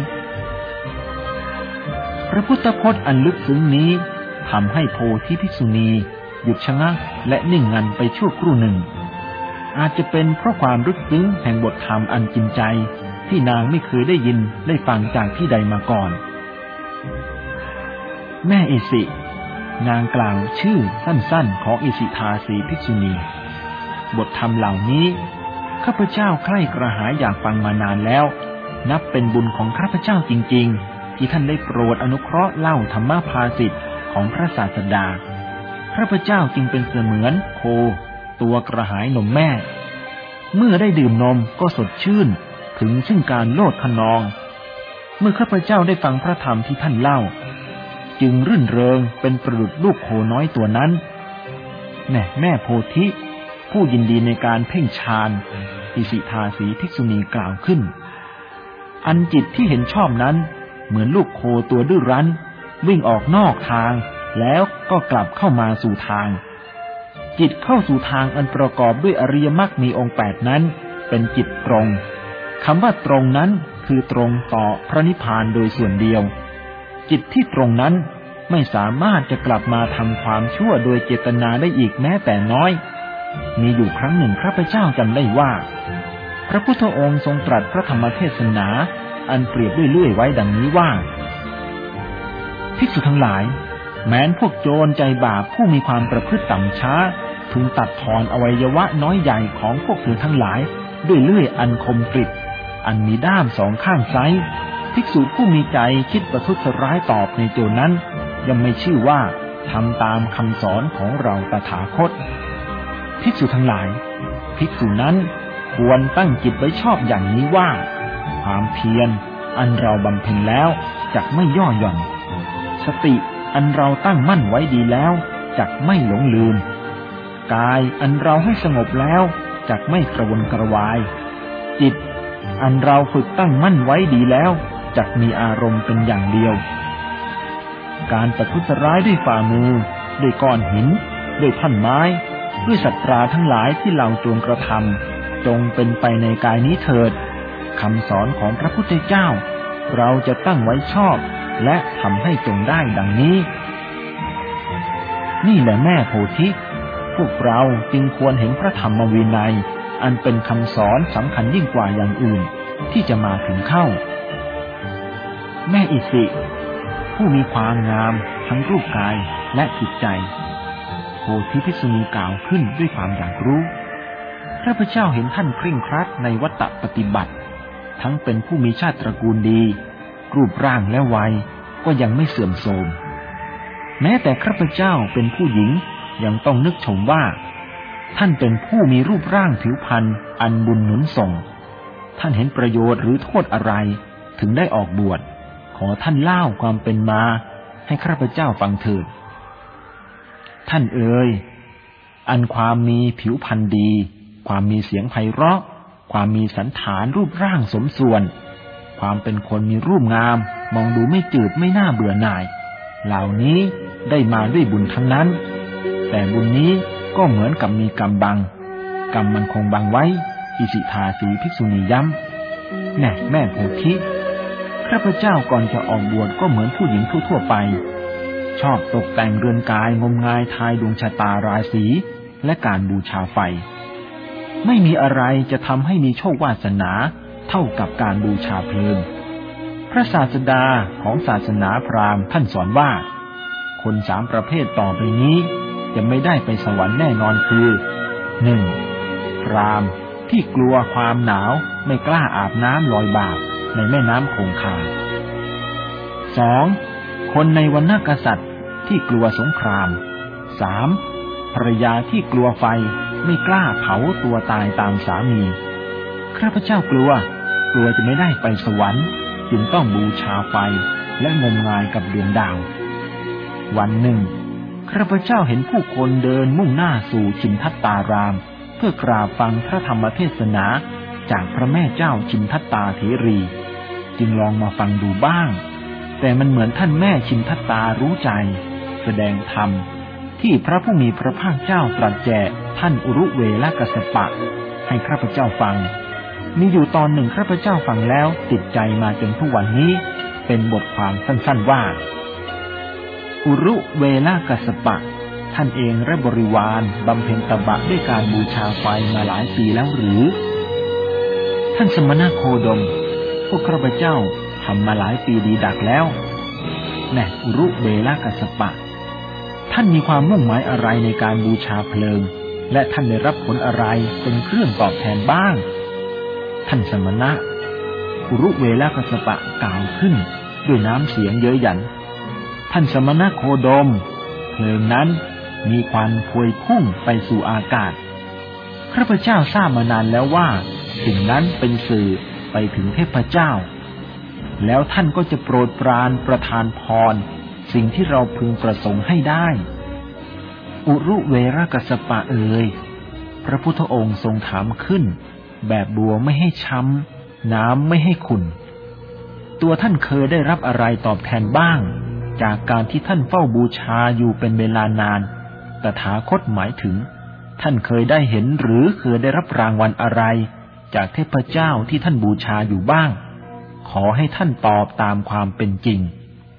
พระพุทธพจน์อันลึกซึ้งนี้ทำให้โพธิภิกษุณีหยุดชะงักและนิ่งงันไปชั่วครู่หนึ่งอาจจะเป็นเพราะความลึกซึ้งแห่งบทธรรมอันกินใจที่นางไม่เคยได้ยินได้ฟังจากที่ใดมาก่อนแม่อิสินางกล่าวชื่อสั้นๆของอิสิทาสีภิกษุณีบทธรรมเหล่านี้ข้าพเจ้าใคร่กระหายอยากฟังมานานแล้วนับเป็นบุญของข้าพเจ้าจริงๆที่ท่านได้โปรดอนุเคราะห์เล่าธรรมภาสิทธิ์ของพระศาสดาข้าพเจ้าจึงเป็นเสมือนโคตัวกระหายนมแม่เมื่อได้ดื่มนมก็สดชื่นถึงซึ่งการโลดคะนองเมื่อข้าพเจ้าได้ฟังพระธรรมที่ท่านเล่าจึงรื่นเริงเป็นประดุจลูกโคน้อยตัวนั้นแม่โพธิผู้ยินดีในการเพ่งฌานอิสิทาสีภิกษุณีกล่าวขึ้นอันจิตที่เห็นชอบนั้นเหมือนลูกโคตัวดื้อรั้นวิ่งออกนอกทางแล้วก็กลับเข้ามาสู่ทางจิตเข้าสู่ทางอันประกอบด้วยอริยมรรคมีองค์8นั้นเป็นจิตตรงคำว่าตรงนั้นคือตรงต่อพระนิพพานโดยส่วนเดียวจิตที่ตรงนั้นไม่สามารถจะกลับมาทำความชั่วโดยเจตนาได้อีกแม้แต่น้อยมีอยู่ครั้งหนึ่งข้าพเจ้าจำได้ว่าพระพุทธองค์ทรงตรัสพระธรรมเทศนาอันเปรียบด้วยเลื่อยไว้ดังนี้ว่าภิกษุทั้งหลายแม้นพวกโจรใจบาปผู้มีความประพฤติต่ำช้าพึงตัดทอนอวัยวะน้อยใหญ่ของพวกเธอทั้งหลายด้วยเลื่อยอันคมกริบอันมีด้ามสองข้างไซภิกษุผู้มีใจคิดประทุษร้ายตอบในโจรนั้นยังไม่ชื่อว่าทำตามคำสอนของเราตถาคตภิกษุทั้งหลายภิกษุนั้นควรตั้งจิตไว้ชอบอย่างนี้ว่าความเพียรอันเราบำเพ็ญแล้วจักไม่ย่อหย่อนสติอันเราตั้งมั่นไว้ดีแล้วจักไม่หลงลืมกายอันเราให้สงบแล้วจักไม่กระวนกระวายจิตอันเราฝึกตั้งมั่นไว้ดีแล้วจักมีอารมณ์เป็นอย่างเดียวการประทุษร้ายด้วยฝ่ามือด้วยก้อนหินด้วยท่อนไม้ด้วยสัตราทั้งหลายที่เราโจรกระทำจงเป็นไปในกายนี้เถิดคำสอนของพระพุทธเจ้าเราจะตั้งไว้ชอบและทำให้จงได้ดังนี้นี่แหละแม่โพธิพวกเราจึงควรเห็นพระธรรมวินัยอันเป็นคำสอนสำคัญยิ่งกว่าอย่างอื่นที่จะมาถึงเข้าแม่อิสิผู้มีความงามทั้งรูปกายและจิตใจโพธิภิกษุณีกล่าวขึ้นด้วยความอยากรู้ข้าพเจ้าเห็นท่านเคร่งครัดในวัตปฏิบัติทั้งเป็นผู้มีชาติตระกูลดีรูปร่างและวัยก็ยังไม่เสื่อมโทรมแม้แต่ข้าพเจ้าเป็นผู้หญิงยังต้องนึกชมว่าท่านเป็นผู้มีรูปร่างผิวพรรณอันบุญหนุนส่งท่านเห็นประโยชน์หรือโทษอะไรถึงได้ออกบวชขอท่านเล่าความเป็นมาให้ข้าพเจ้าฟังเถิดท่านเอ๋ยอันความมีผิวพรรณดีความมีเสียงไพเราะความมีสันฐานรูปร่างสมส่วนความเป็นคนมีรูปงามมองดูไม่จืดไม่น่าเบื่อหน่ายเหล่านี้ได้มาด้วยบุญทั้งนั้นแต่บุญนี้ก็เหมือนกับมีกรรมบังกรรมมันคงบังไว้อิสิทาสีภิกษุณีย้ำแน่แม่โพธิข้าพเจ้าก่อนจะออกบวชก็เหมือนผู้หญิงทั่วไปชอบตกแต่งเรือนกายงมงายทายดวงชะตาราศีและการบูชาไฟไม่มีอะไรจะทำให้มีโชควาสนาเท่ากับการบูชาเพลิงพระศาสดาของศาสนาพราหมณ์ท่านสอนว่าคน3ประเภทต่อไปนี้จะไม่ได้ไปสวรรค์แน่นอนคือ 1. พราหมณ์ที่กลัวความหนาวไม่กล้าอาบน้ำลอยบาปในแม่น้ำคงคา 2. คนในวรรณกษัตริย์ที่กลัวสงคราม 3. ภรรยาที่กลัวไฟไม่กล้าเผาตัวตายตามสามีข้าพเจ้ากลัวจะไม่ได้ไปสวรรค์จึงต้องบูชาไฟและงมงายกับดวงดาววันหนึ่งข้าพเจ้าเห็นผู้คนเดินมุ่งหน้าสู่ชินทัตตารามเพื่อกราบฟังพระธรรมเทศนาจากพระแม่เจ้าชินทัตตาเถรีจึงลองมาฟังดูบ้างแต่มันเหมือนท่านแม่ชินทัตตารู้ใจแสดงธรรมที่พระผู้มีพระภาคเจ้าตรัสแจกท่านอุรุเวลกัสสปะให้ข้าพเจ้าฟังมีอยู่ตอนหนึ่งข้าพเจ้าฟังแล้วติดใจมาจนทุกวันนี้เป็นบทความสั้นๆว่าอุรุเวลกัสสปะท่านเองและบริวารบำเพ็ญตบะด้วยการบูชาไฟมาหลายปีแล้วหรือท่านสมณโคดมพวกข้าพเจ้าทำมาหลายปีดีดักแล้วแน่อุรุเวลกัสสปะท่านมีความมุ่งหมายอะไรในการบูชาเพลิงและท่านได้รับผลอะไรเป็นเครื่องตอบแทนบ้างท่านสมณะอุรุเวลกัสสปะกล่าวขึ้นด้วยน้ำเสียงเย้ยหยันท่านสมณโคดมเพลิงนั้นมีควันพวยพุ่งไปสู่อากาศข้าพเจ้าทราบมานานแล้วว่าสิ่งนั้นเป็นสื่อไปถึงเทพเจ้าแล้วท่านก็จะโปรดปรานประทานพรสิ่งที่เราพึงประสงค์ให้ได้อุรุเวลกัสสปะเอ๋ยพระพุทธองค์ทรงถามขึ้นแบบบัวไม่ให้ช้ำน้ำไม่ให้ขุ่นตัวท่านเคยได้รับอะไรตอบแทนบ้างจากการที่ท่านเฝ้าบูชาอยู่เป็นเวลานานตถาคตหมายถึงท่านเคยได้เห็นหรือเคยได้รับรางวัลอะไรจากเทพเจ้าที่ท่านบูชาอยู่บ้างขอให้ท่านตอบตามความเป็นจริง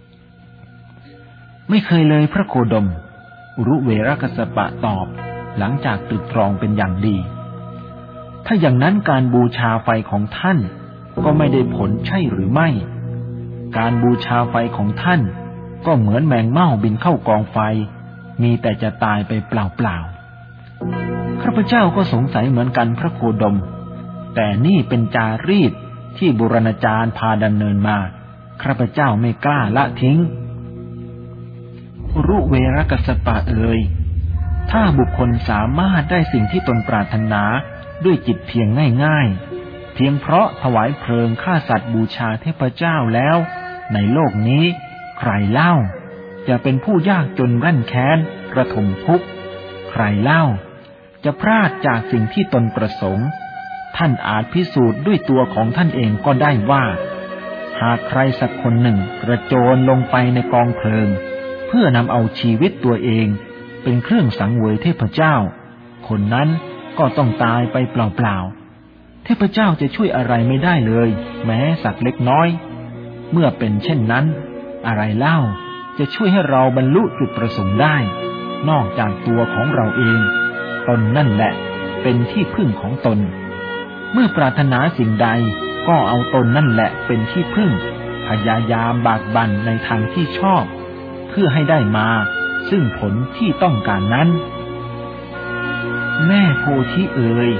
ไม่เคยเลยพระโคดมอุรุเวลกัสสปะตอบหลังจากตรึกตรองเป็นอย่างดีถ้าอย่างนั้นการบูชาไฟของท่านก็ไม่ได้ผลใช่หรือไม่การบูชาไฟของท่านก็เหมือนแมงเม่าบินเข้ากองไฟมีแต่จะตายไปเปล่าๆข้าพเจ้าก็สงสัยเหมือนกันพระโคดมแต่นี่เป็นจารีตที่โบราณอาจารย์พาดำเนินมาข้าพเจ้าไม่กล้าละทิ้งอุรุเวลกัสสปะเอ๋ยถ้าบุคคลสามารถได้สิ่งที่ตนปรารถนาด้วยจิตเพียงง่ายๆเพียงเพราะถวายเพลิงฆ่าสัตว์บูชาเทพเจ้าแล้วในโลกนี้ใครเล่าจะเป็นผู้ยากจนรั่นแค้นระทมทุกข์ใครเล่าจะพลาดจากสิ่งที่ตนประสงค์ท่านอาจพิสูจน์ด้วยตัวของท่านเองก็ได้ว่าหากใครสักคนหนึ่งกระโจนลงไปในกองเพลิงเพื่อนำเอาชีวิตตัวเองเป็นเครื่องสังเวยเทพเจ้าคนนั้นก็ต้องตายไปเปล่าๆเทพเจ้าจะช่วยอะไรไม่ได้เลยแม้สักเล็กน้อยเมื่อเป็นเช่นนั้นอะไรเล่าจะช่วยให้เราบรรลุจุดประสงค์ได้นอกจากตัวของเราเองตนนั่นแหละเป็นที่พึ่งของตนเมื่อปรารถนาสิ่งใดก็เอาตนนั่นแหละเป็นที่พึ่งพยายามบากบั่นในทางที่ชอบเพื่อให้ได้มาซึ่งผลที่ต้องการนั้นแม่โพธิเอ๋ย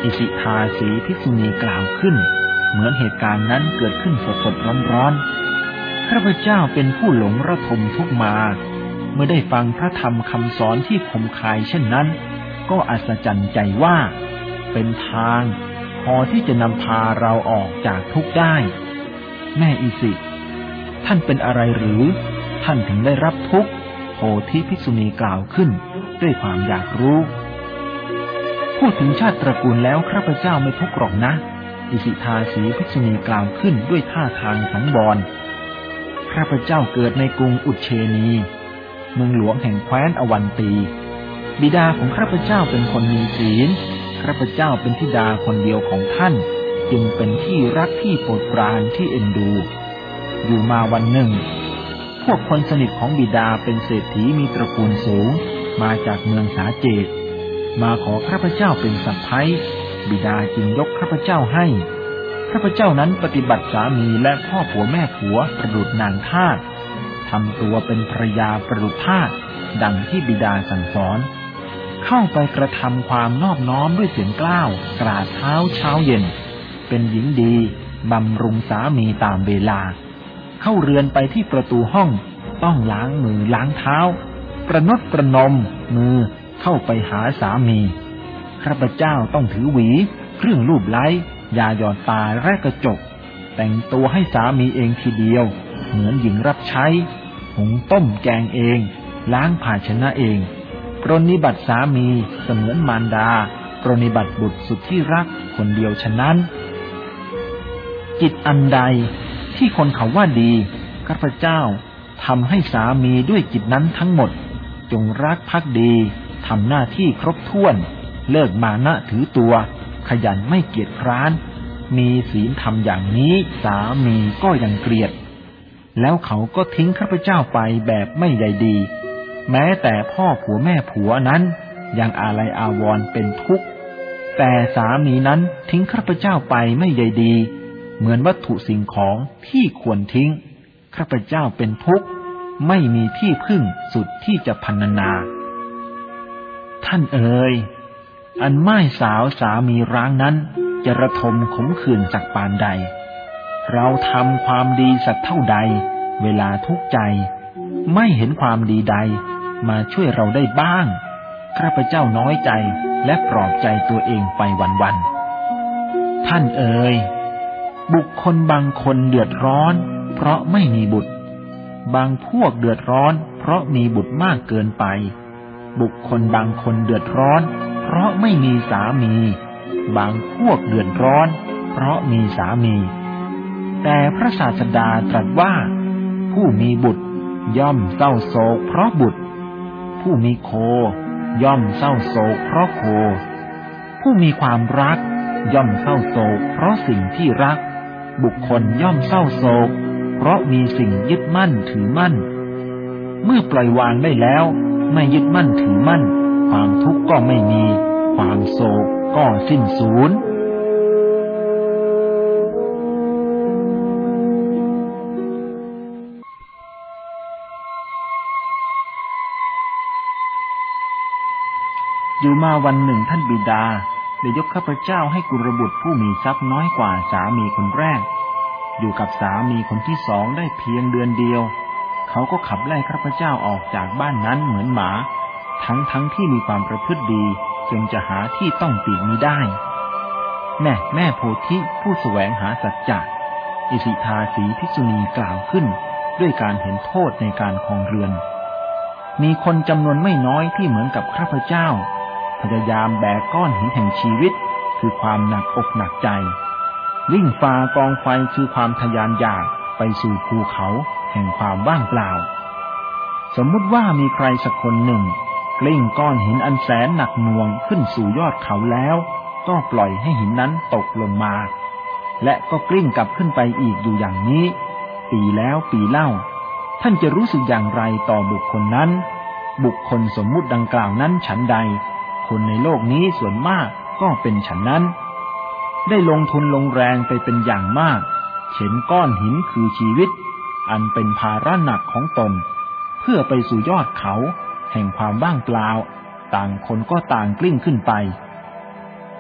อิสิทาสีภิกษุณีกล่าวขึ้นเหมือนเหตุการณ์นั้นเกิดขึ้นสดๆร้อนๆข้าพเจ้าเป็นผู้หลงระทมทุกข์มาเมื่อได้ฟังพระธรรมคำสอนที่คมคายเช่นนั้นก็อัศจรรย์ใจว่าเป็นทางพอที่จะนำพาเราออกจากทุกข์ได้แม่อิสิท่านเป็นอะไรหรือท่านถึงได้รับทุกข์โพธิภิกษุณีกล่าวขึ้นด้วยความอยากรู้พูดถึงชาติตระกูลแล้วข้าพเจ้าไม่ทุกข์หรอกนะอิสิทาสีภิกษุณีกล่าวขึ้นด้วยท่าทางสังวรข้าพเจ้าเกิดในกรุงอุเชนีเมืองหลวงแห่งแคว้นอวันตีบิดาของข้าพเจ้าเป็นคนมีศีลข้าพเจ้าเป็นธิดาคนเดียวของท่านจึงเป็นที่รักที่โปรดปรานที่เอ็นดูอยู่มาวันหนึ่งพวกคนสนิทของบิดาเป็นเศรษฐีมีตระกูลสูงมาจากเมืองสาเจตมาขอข้าพเจ้าเป็นสะใภ้บิดาจึงยกข้าพเจ้าให้ข้าพเจ้านั้นปฏิบัติสามีและพ่อผัวแม่ผัวประดุจนางทาสทำตัวเป็นภรรยาประดุจทาสดังที่บิดาสั่งสอนเข้าไปกระทำความนอบน้อมด้วยเสียงกล้าวกราบเท้าเช้าเย็นเป็นหญิงดีบำรุงสามีตามเวลาเข้าเรือนไปที่ประตูห้องต้องล้างมือล้างเท้าประนดประนมมือเข้าไปหาสามีข้าพเจ้าต้องถือหวีเครื่องลูบไล้ยาหยอดตาและกระจกแต่งตัวให้สามีเองทีเดียวเหมือนหญิงรับใช้หุงต้มแกงเองล้างภาชนะเองปรนนิบัติสามีเสมือนมารดาปรนนิบัติบุตรสุดที่รักคนเดียวฉะนั้นจิตอันใดที่คนเขาว่าดีข้าพเจ้าทำให้สามีด้วยจิตนั้นทั้งหมดจงรักภักดีทำหน้าที่ครบถ้วนเลิกมานะถือตัวขยันไม่เกียจคร้านมีศีลธรรมอย่างนี้สามีก็ยังเกลียดแล้วเขาก็ทิ้งข้าพเจ้าไปแบบไม่ใยดีแม้แต่พ่อผัวแม่ผัวนั้นยังอาลัยอาวรณ์เป็นทุกข์แต่สามีนั้นทิ้งข้าพเจ้าไปไม่ใยดีเหมือนวัตถุสิ่งของที่ควรทิ้งข้าพเจ้าเป็นทุกข์ไม่มีที่พึ่งสุดที่จะพรรณนาท่านเอ๋ยอันม่ายสาวสามีร้างนั้นจะระทมขมขื่นสักปานใดเราทำความดีสักเท่าใดเวลาทุกข์ใจไม่เห็นความดีใดมาช่วยเราได้บ้างข้าพเจ้าน้อยใจและปลอบใจตัวเองไปวันๆท่านเอ๋ยบุคคลบางคนเดือดร้อนเพราะไม่มีบุตรบางพวกเดือดร้อนเพราะมีบุตรมากเกินไปบุคคลบางคนเดือดร้อนเพราะไม่มีสามีบางพวกเดือดร้อนเพราะมีสามีแต่พระศาสดาตรัสว่าผู้มีบุตรย่อมเศร้าโศกเพราะบุตรผู้มีโคย่อมเศร้าโศกเพราะโคผู้มีความรักย่อมเศร้าโศกเพราะสิ่งที่รักบุคคลย่อมเศร้าโศกเพราะมีสิ่งยึดมั่นถือมั่นเมื่อปล่อยวางได้แล้วไม่ยึดมั่นถือมั่นความทุกข์ก็ไม่มีความโศกก็สิ้นสูญอยู่มาวันหนึ่งท่านบิดาได้ยกข้าพเจ้าให้กุลบุตรผู้มีทรัพย์น้อยกว่าสามีคนแรกอยู่กับสามีคนที่สองได้เพียงเดือนเดียวเขาก็ขับไล่ข้าพเจ้าออกจากบ้านนั้นเหมือนหมาทั้งที่มีความประพฤติดีจึงจะหาที่ต้องติมิได้แม่โพธิผู้แสวงหาสัจจะอิสิทาสีภิกษุณีกล่าวขึ้นด้วยการเห็นโทษในการครองเรือนมีคนจำนวนไม่น้อยที่เหมือนกับข้าพเจ้าพยายามแบกก้อนหินแห่งชีวิตคือความหนักอกหนักใจวิ่งฝ่ากองไฟคือความทะยานอยากไปสู่ภูเขาแห่งความว่างเปล่าสมมุติว่ามีใครสักคนหนึ่งกลิ้งก้อนหินอันแสนหนักหน่วงขึ้นสู่ยอดเขาแล้วก็ปล่อยให้หินนั้นตกลงมาและก็กลิ้งกลับขึ้นไปอีกอยู่อย่างนี้ปีแล้วปีเล่าท่านจะรู้สึกอย่างไรต่อบุคคลนั้นบุคคลสมมุติดังกล่าวนั้นฉันใดคนในโลกนี้ส่วนมากก็เป็นฉันนั้นได้ลงทุนลงแรงไปเป็นอย่างมากเข็นก้อนหินคือชีวิตอันเป็นภาระหนักของตนเพื่อไปสู่ยอดเขาแห่งความว่างเปล่าต่างคนก็ต่างกลิ้งขึ้นไป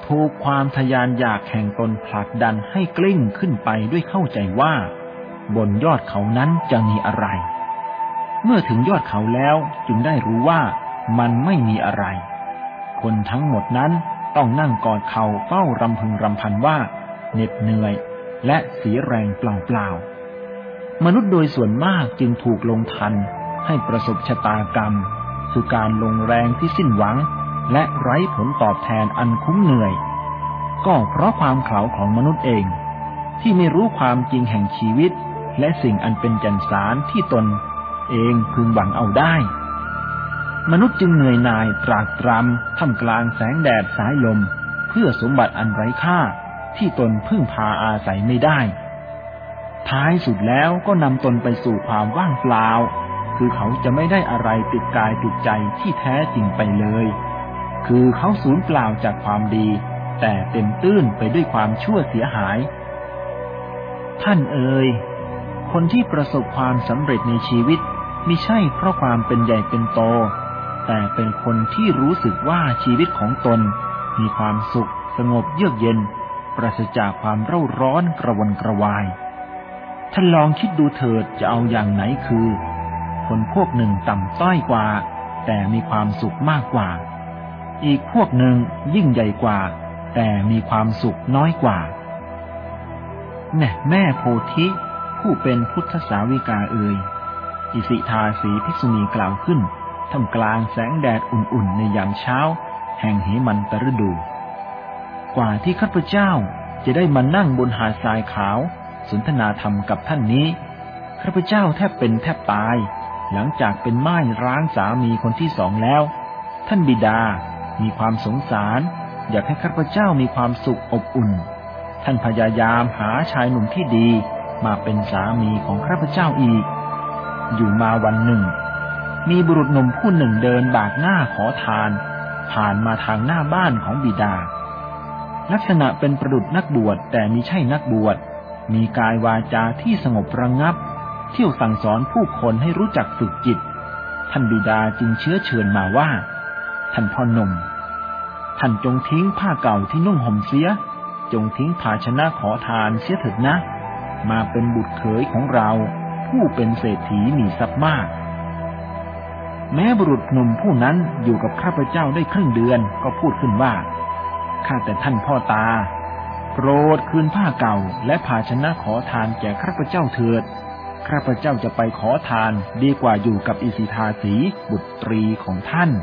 ถูกความทะยานอยากแห่งตนผลักดันให้กลิ้งขึ้นไปด้วยเข้าใจว่าบนยอดเขานั้นจะมีอะไร เมื่อถึงยอดเขาแล้วจึงได้รู้ว่ามันไม่มีอะไรคนทั้งหมดนั้นต้องนั่งกอดเข่าเฝ้ารำพึงรำพันว่าเหน็ดเหนื่อยและเสียแรงเปล่าๆมนุษย์โดยส่วนมากจึงถูกลงทันให้ประสบชะตากรรมคือการลงแรงที่สิ้นหวังและไร้ผลตอบแทนอันคุ้มเหนื่อยก็เพราะความเขลาของมนุษย์เองที่ไม่รู้ความจริงแห่งชีวิตและสิ่งอันเป็นแก่นสารที่ตนเองพึงหวังเอาได้มนุษย์จึงเหนื่อยหน่ายตรากตรำท่ามกลางแสงแดดสายลมเพื่อสมบัติอันไร้ค่าที่ตนพึ่งพาอาศัยไม่ได้ท้ายสุดแล้วก็นำตนไปสู่ความว่างเปล่าคือเขาจะไม่ได้อะไรติดกายติดใจที่แท้จริงไปเลยคือเขาสูญเปล่าจากความดีแต่เต็มตื้นไปด้วยความชั่วเสียหายท่านเอ๋ยคนที่ประสบความสำเร็จในชีวิตมิใช่เพราะความเป็นใหญ่เป็นโตแต่เป็นคนที่รู้สึกว่าชีวิตของตนมีความสุขสงบเยือกเย็นปราศจากความเร่าร้อนกระวนกระวายท่านลองคิดดูเถิดจะเอาอย่างไหนคือคนพวกหนึ่งต่ำต้อยกว่าแต่มีความสุขมากกว่าอีกพวกหนึ่งยิ่งใหญ่กว่าแต่มีความสุขน้อยกว่าแม่โพธิผู้เป็นพุทธสาวิกาเอ่ยอิสิทาสีภิกษุณีกล่าวขึ้นท่ามกลางแสงแดดอุ่นๆในยามเช้าแห่งเหมันตฤดูกว่าที่ข้าพเจ้าจะได้มานั่งบนหาดทรายขาวสนทนาธรรมกับท่านนี้ข้าพเจ้าแทบเป็นแทบตายหลังจากเป็นม่ายร้างสามีคนที่สองแล้วท่านบิดามีความสงสารอยากให้ข้าพเจ้ามีความสุขอบอุ่นท่านพยายามหาชายหนุ่มที่ดีมาเป็นสามีของข้าพเจ้าอีกอยู่มาวันหนึ่งมีบุรุษหนุ่มผู้หนึ่งเดินบากหน้าขอทานผ่านมาทางหน้าบ้านของบิดาลักษณะเป็นประดุจนักบวชแต่มิใช่นักบวชมีกายวาจาที่สงบระงับเที่ยวสั่งสอนผู้คนให้รู้จักฝึกจิตท่านบิดาจึงเชื้อเชิญมาว่าท่านพ่อหนุ่มท่านจงทิ้งผ้าเก่าที่นุ่งห่มเสียจงทิ้งภาชนะขอทานเสียเถิดนะมาเป็นบุตรเขยของเราผู้เป็นเศรษฐีมีทรัพย์มากแม้บุรุษหนุ่มผู้นั้นอยู่กับข้าพเจ้าได้ครึ่งเดือนก็พูดขึ้นว่าข้าแต่ท่านพ่อตาโปรดคืนผ้าเก่าและภาชนะขอทานแก่ข้าพเจ้าเถิดข้าพเจ้าจะไปขอทานดีกว่าอยู่กับอิสิทาสีบุตรีของท่าน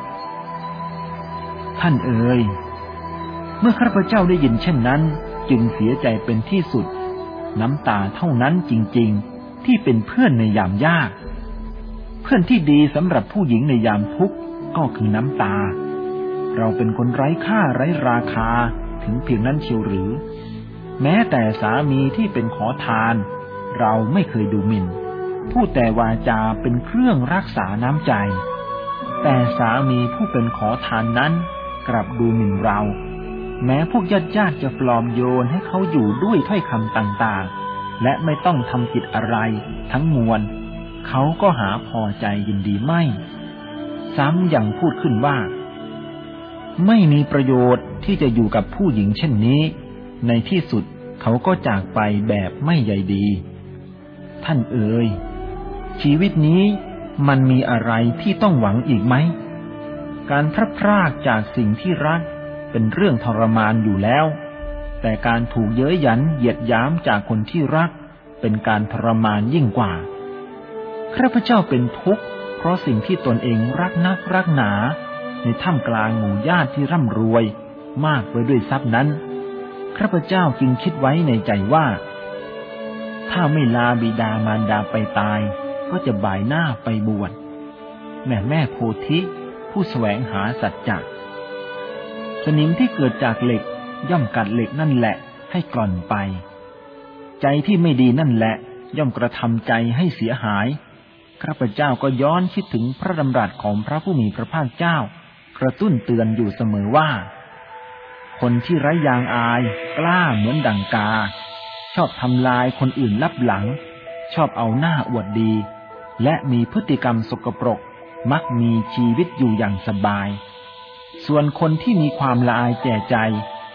เอ๋ยเมื่อข้าพเจ้าได้ยินเช่นนั้นจึงเสียใจเป็นที่สุดน้ำตาเท่านั้นจริงๆที่เป็นเพื่อนในยามยากเพื่อนที่ดีสำหรับผู้หญิงในยามทุกข์ก็คือน้ำตาเราเป็นคนไร้ค่าไร้ราคาถึงเพียงนั้นเชียวหรือแม้แต่สามีที่เป็นขอทานเราไม่เคยดูหมิ่นพูดแต่วาจาเป็นเครื่องรักษาน้ำใจแต่สามีผู้เป็นขอทานนั้นกลับดูหมิ่นเราแม้พวกญาติจะปลอมโยนให้เขาอยู่ด้วยถ้อยคำต่างๆและไม่ต้องทำกิจอะไรทั้งมวลเขาก็หาพอใจยินดีไม่ซ้ำยังพูดขึ้นว่าไม่มีประโยชน์ที่จะอยู่กับผู้หญิงเช่นนี้ในที่สุดเขาก็จากไปแบบไม่ใยดีท่านเอ๋ยชีวิตนี้มันมีอะไรที่ต้องหวังอีกไหมการพลัดพรากจากสิ่งที่รักเป็นเรื่องทรมานอยู่แล้วแต่การถูกเย้ยหยันเหยียดหยามจากคนที่รักเป็นการทรมานยิ่งกว่าข้าพเจ้าเป็นทุกข์เพราะสิ่งที่ตนเองรักนักรักหนาในท่ามกลางหมู่ญาติที่ร่ำรวยมากไปด้วยทรัพย์นั้นข้าพเจ้าจึงคิดไว้ในใจว่าถ้าไม่ลาบิดามารดาไปตายก็จะบ่ายหน้าไปบวชแม่โพธิผู้แสวงหาสัจจะสนิมที่เกิดจากเหล็กย่อมกัดเหล็กนั่นแหละให้กร่อนไปใจที่ไม่ดีนั่นแหละย่อมกระทำใจให้เสียหายข้าพเจ้าก็ย้อนคิดถึงพระดำรัสของพระผู้มีพระภาคเจ้ากระตุ้นเตือนอยู่เสมอว่าคนที่ไร้ยางอายกล้าเหมือนดั่งกาชอบทำลายคนอื่นลับหลังชอบเอาหน้าอวดดีและมีพฤติกรรมสกปรกมักมีชีวิตอยู่อย่างสบายส่วนคนที่มีความละอายแก่ใจ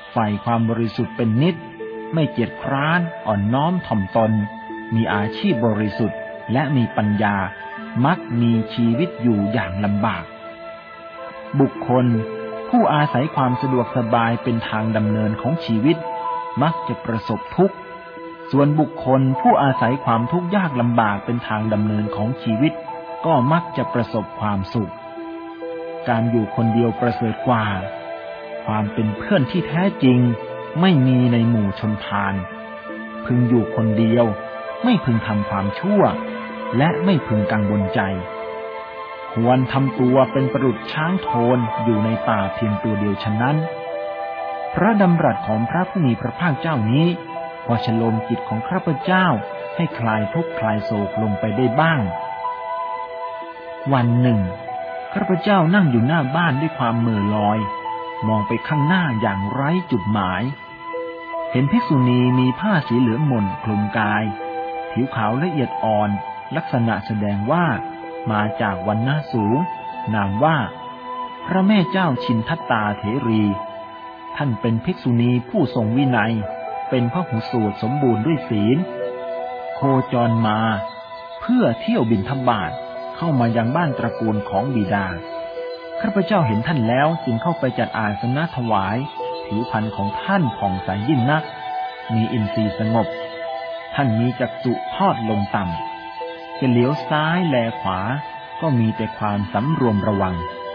ใฝ่ความบริสุทธิ์เป็นนิจไม่เกียจคร้านอ่อนน้อมถ่อมตนมีอาชีพบริสุทธิ์และมีปัญญามักมีชีวิตอยู่อย่างลำบากบุคคลผู้อาศัยความสะดวกสบายเป็นทางดำเนินของชีวิตมักจะประสบทุกข์ส่วนบุคคลผู้อาศัยความทุกข์ยากลำบากเป็นทางดำเนินของชีวิตก็มักจะประสบความสุขการอยู่คนเดียวประเสริฐกว่าความเป็นเพื่อนที่แท้จริงไม่มีในหมู่ชนพาลพึงอยู่คนเดียวไม่พึงทำความชั่วและไม่พึงกังวลใจควรทำตัวเป็นประดุจช้างโทนอยู่ในป่าเพียงตัวเดียวฉะนั้นพระดำรัสของพระผู้มีพระภาคเจ้านี้พอชโลมจิตของข้าพเจ้าให้คลายทุกข์คลายโศกลงไปได้บ้างวันหนึ่งข้าพเจ้านั่งอยู่หน้าบ้านด้วยความเหม่อลอยมองไปข้างหน้าอย่างไร้จุดหมายเห็นภิกษุณีมีผ้าสีเหลืองหม่นคลุมกายผิวขาวละเอียดอ่อนลักษณะแสดงว่ามาจากวรรณะสูงนามว่าพระแม่เจ้าชินทัตตาเถรีท่านเป็นภิกษุณีผู้ทรงวินัยเป็นพหูสูตรสมบูรณ์ด้วยศีลโคจรมาเพื่อเที่ยวบิณฑบาตเข้ามายังบ้านตระกูลของบิดาข้าพเจ้าเห็นท่านแล้วจึงเข้าไปจัดอาสนะถวายผิวพรรณของท่านผ่องใสยิ่งนักมีอินทรีย์สงบท่านมีจักษุทอดลงต่ำจะเลี้ยวซ้ายแลขวาก็มีแต่ความสำรวมระวัง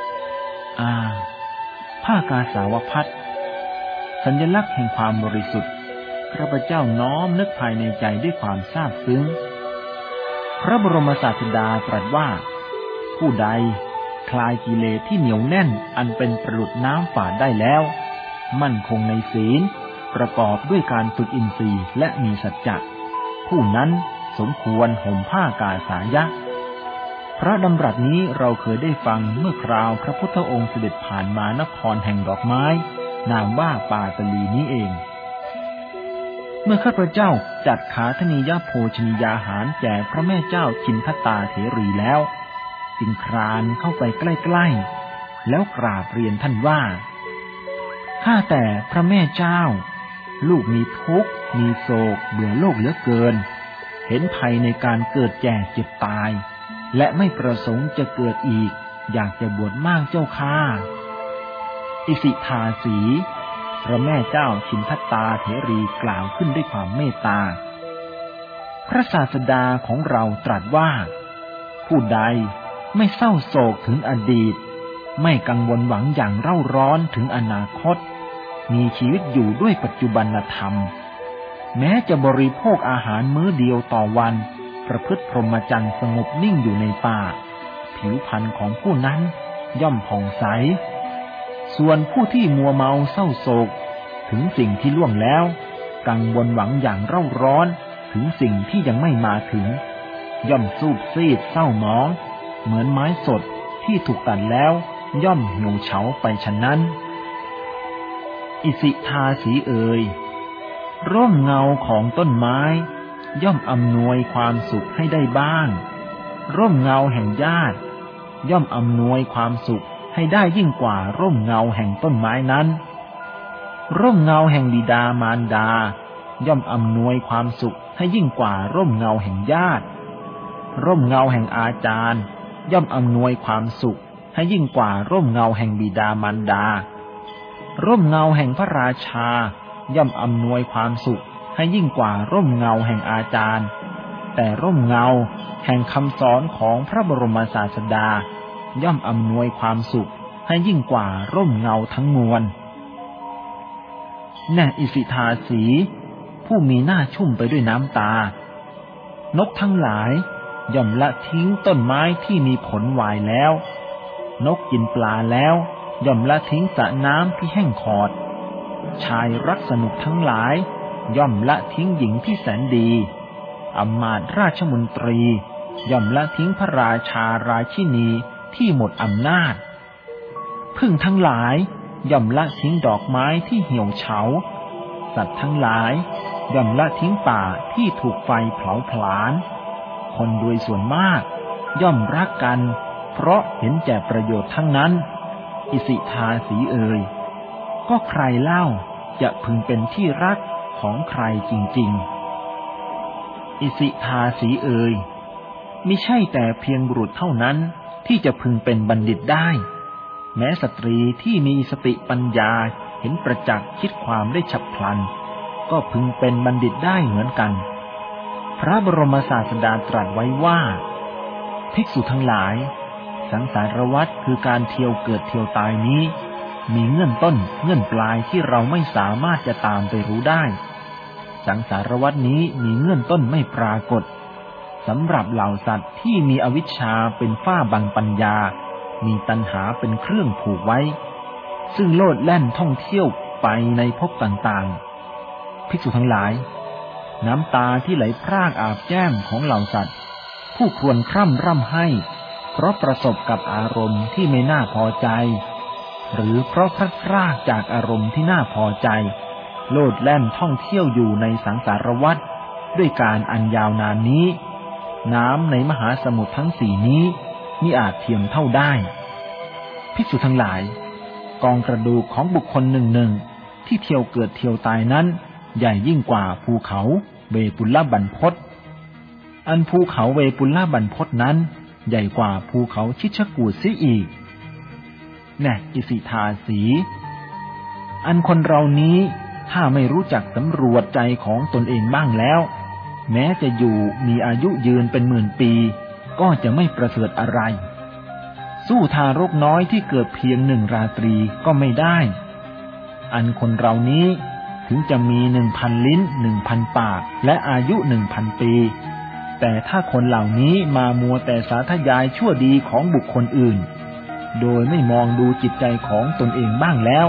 ผ้ากาสาวพัสสัญลักษณ์แห่งความบริสุทธิ์ข้าพเจ้าน้อมนึกภายในใจด้วยความซาบซึ้งพระบรมศาสดาตรัสว่าผู้ใดคลายกิเลสที่เหนียวแน่นอันเป็นประดุจน้ำฝาดได้แล้วมั่นคงในศีลประกอบด้วยการฝึกอินทรีย์และมีสัจจะผู้นั้นสมควรห่มผ้ากาสายะพระดำรัสนี้เราเคยได้ฟังเมื่อคราวพระพุทธองค์เสด็จผ่านมานครแห่งดอกไม้นามว่าปาตลีนี้เองเมื่อข้าพเจ้าจัดขาธนียโภชนียาหารแจกพระแม่เจ้าชินทัตตาเถรีแล้วจึงคลานเข้าไปใกล้ๆแล้วกราบเรียนท่านว่าข้าแต่พระแม่เจ้าลูกมีทุกข์มีโศกเบื่อโลกเหลือเกินเห็นภัยในการเกิดแก่เจ็บตายและไม่ประสงค์จะเกิดอีกอยากจะบวชมากเจ้าข้าอิสิทาสีพระแม่เจ้าชินทัตตาเถรีกล่าวขึ้นด้วยความเมตตาพระศาสดาของเราตรัสว่าผู้ใดไม่เศร้าโศกถึงอดีตไม่กังวลหวังอย่างเร่าร้อนถึงอนาคตมีชีวิตอยู่ด้วยปัจจุบันธรรมแม้จะบริโภคอาหารมื้อเดียวต่อวันประพฤติพรหมจรรย์สงบนิ่งอยู่ในป่าผิวพรรณของผู้นั้นย่อมผ่องใสส่วนผู้ที่มัวเมาเศร้าโศกถึงสิ่งที่ล่วงแล้วกังวลหวังอย่างเร่าร้อนถึงสิ่งที่ยังไม่มาถึงย่อมสูบซีดเศร้าหมองเหมือนไม้สดที่ถูกตัดแล้วย่อมเหี่ยวเฉาไปฉะนั้นอิสิทาสีเอ่ยร่มเงาของต้นไม้ย่อมอำนวยความสุขให้ได้บ้างร่มเงาแห่งญาติย่อมอำนวยความสุขให้ได้ยิ่งกว่าร่มเงาแห่งต้นไม้นั้นร่มเงาแห่งบิดามารดาย่อมอำนวยความสุขให้ยิ่งกว่าร่มเงาแห่งญาติร่มเงาแห่งอาจารย์ย่อมอำนวยความสุขให้ยิ่งกว่าร่มเงาแห่งบิดามารดาร่มเงาแห่งพระราชาย่อมอำนวยความสุขให้ยิ่งกว่าร่มเงาแห่งอาจารย์แต่ร่มเงาแห่งคำสอนของพระบรมศาสดาย่อมอำนวยความสุขให้ยิ่งกว่าร่มเงาทั้งมวลแน่อิสิทาสีผู้มีหน้าชุ่มไปด้วยน้ำตานกทั้งหลายย่อมละทิ้งต้นไม้ที่มีผลหวายแล้วนกกินปลาแล้วย่อมละทิ้งสระน้ำที่แห้งขอดชายรักสนุกทั้งหลายย่อมละทิ้งหญิงที่แสนดีอำมาตย์ราชมนตรีย่อมละทิ้งพระราชาราชินีที่หมดอำนาจผึ้งทั้งหลายย่อมละทิ้งดอกไม้ที่เหี่ยวเฉาสัตว์ทั้งหลายย่อมละทิ้งป่าที่ถูกไฟเผาผลาญคนโดยส่วนมากย่อมรักกันเพราะเห็นแก่ประโยชน์ทั้งนั้นอิสิทาสีเอ่ยก็ใครเล่าจะพึงเป็นที่รักของใครจริงๆอิสิทาสีเอ่ยมิใช่แต่เพียงบุรุษเท่านั้นที่จะพึงเป็นบัณฑิตได้แม้สตรีที่มีสติปัญญาเห็นประจักษ์คิดความได้ฉับพลันก็พึงเป็นบัณฑิตได้เหมือนกันพระบรมศาสดาตรัสไว้ว่าภิกษุทั้งหลายสังสารวัฏคือการเที่ยวเกิดเที่ยวตายนี้มีเงื่อนต้นเงื่อนปลายที่เราไม่สามารถจะตามไปรู้ได้สังสารวัฏนี้มีเงื่อนต้นไม่ปรากฏสำหรับเหล่าสัตว์ที่มีอวิชชาเป็นฝ้าบังปัญญามีตัณหาเป็นเครื่องผูกไว้ซึ่งโลดแล่นท่องเที่ยวไปในภพต่างๆภิกษุทั้งหลายน้ำตาที่ไหลพรากอาบแก้มของเหล่าสัตว์ผู้ควรคร่ำร่ำให้เพราะประสบกับอารมณ์ที่ไม่น่าพอใจหรือเพราะพลัดพรากจากอารมณ์ที่น่าพอใจโลดแล่นท่องเที่ยวอยู่ในสังสารวัฏด้วยการอันยาวนานนี้น้ำในมหาสมุทรทั้งสี่นี้มิอาจเทียมเท่าได้ภิกษุทั้งหลายกองกระดูกของบุคคลหนึ่งที่เที่ยวเกิดเที่ยวตายนั้นใหญ่ยิ่งกว่าภูเขาเวปุลลบรรพตอันภูเขาเวปุลลบรรพตนั้นใหญ่กว่าภูเขาชิชกูฏเสียอีกแน่อิสิทาสีอันคนเรานี้ถ้าไม่รู้จักสำรวจใจของตนเองบ้างแล้วแม้จะอยู่มีอายุยืนเป็นหมื่นปีก็จะไม่ประเสริฐอะไรสู้ทารกน้อยที่เกิดเพียง1 ราตรีก็ไม่ได้อันคนเรานี้ถึงจะมี1,000 ลิ้น1,000 ปากและอายุ1,000 ปีแต่ถ้าคนเหล่านี้มามัวแต่สาธยายชั่วดีของบุคคลอื่นโดยไม่มองดูจิตใจของตนเองบ้างแล้ว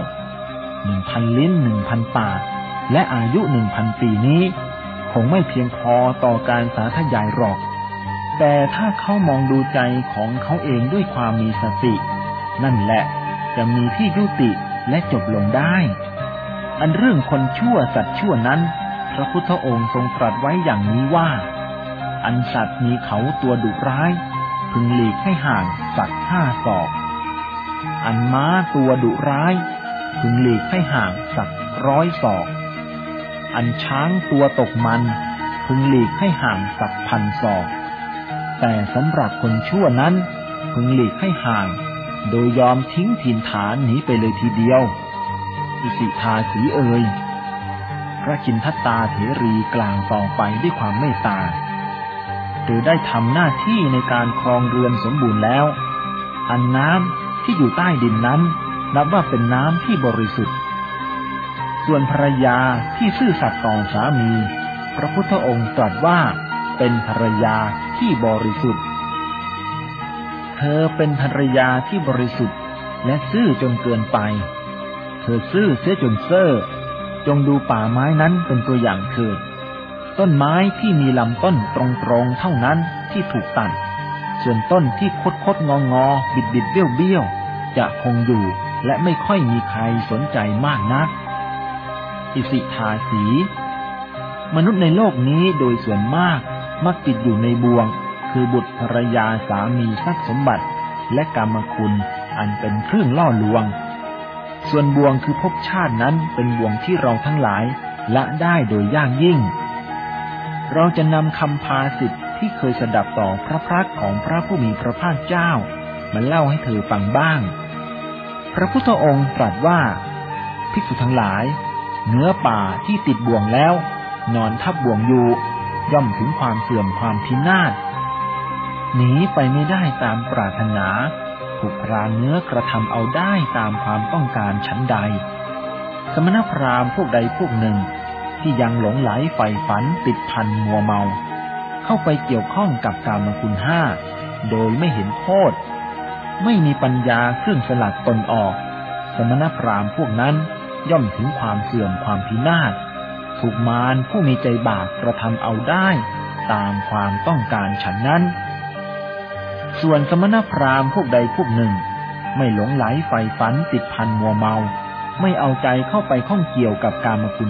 1,000 ลิ้น1,000 ปากและอายุ1,000 ปีนี้คงไม่เพียงพอต่อการสาธยายหรอกแต่ถ้าเขามองดูใจของเขาเองด้วยความมีสตินั่นแหละจะมีที่ยุติและจบลงได้อันเรื่องคนชั่วสัตว์ชั่วนั้นพระพุทธองค์ทรงตรัสไว้อย่างนี้ว่าอันสัตว์มีเขาตัวดุร้ายพึงหลีกให้ห่างสัตว์5 ศอกอันม้าตัวดุร้ายพึงหลีกให้ห่างสัตว์100 ศอกอันช้างตัวตกมันพึงหลีกให้ห่างสัตว์1,000 ศอกแต่สำหรับคนชั่วนั้นพึงหลีกให้ห่างโดยยอมทิ้งถิ่นฐานหนีไปเลยทีเดียวอิสิทาสีเอ่ยพระคินทัตตาเถรีกล่าวต่อไปด้วยความเมตตาเธอได้ทำหน้าที่ในการครองเรือนสมบูรณ์แล้วอันน้ำที่อยู่ใต้ดินนั้นนับว่าเป็นน้ำที่บริสุทธิ์ส่วนภรรยาที่ซื่อสัตย์ต่อสามีพระพุทธองค์ตรัสว่าเป็นภรรยาที่บริสุทธิ์เธอเป็นภรรยาที่บริสุทธิ์และซื่อจนเกินไปเธอซื่อเสียจนเซ่อจงดูป่าไม้นั้นเป็นตัวอย่างเถิดต้นไม้ที่มีลำต้นตรงๆเท่านั้นที่ถูกตัดส่วนต้นที่คดๆงอๆบิดๆเบี้ยวๆจะคงอยู่และไม่ค่อยมีใครสนใจมากนักอิสิทาสีมนุษย์ในโลกนี้โดยส่วนมากมักติดอยู่ในบ่วงคือบุตรภรรยาสามีทรัพย์สมบัติและกามคุณอันเป็นเครื่องล่อลวงส่วนบ่วงคือภพชาตินั้นเป็นบ่วงที่เราทั้งหลายละได้โดยยากยิ่งเราจะนำคำภาษิตที่เคยสดับต่อพระพักตร์ของพระผู้มีพระภาคเจ้ามาเล่าให้เธอฟังบ้างพระพุทธองค์ตรัสว่าภิกษุทั้งหลายเนื้อป่าที่ติดบ่วงแล้วนอนทับบ่วงอยู่ย่อมถึงความเสื่อมความพินาศหนีไปไม่ได้ตามปรารถนาถูกพรานเนื้อกระทำเอาได้ตามความต้องการชั้นใดสมณพราหมณ์พวกใดพวกหนึ่งที่ยังหลงไหลใฝ่ฝันติดพันมัวเมาเข้าไปเกี่ยวข้องกับกามคุณ5โดยไม่เห็นโทษไม่มีปัญญาเครื่องสลัดตนออกสมณพราหมณ์พวกนั้นย่อมถึงความเสื่อมความพินาศถูกมารผู้มีใจบาปกระทำเอาได้ตามความต้องการฉันนั้นส่วนสมณพราหมณ์พวกใดพวกหนึ่งไม่หลงไหลใฝ่ฝันติดพันมัวเมาไม่เอาใจเข้าไปข้องเกี่ยวกับกามคุณ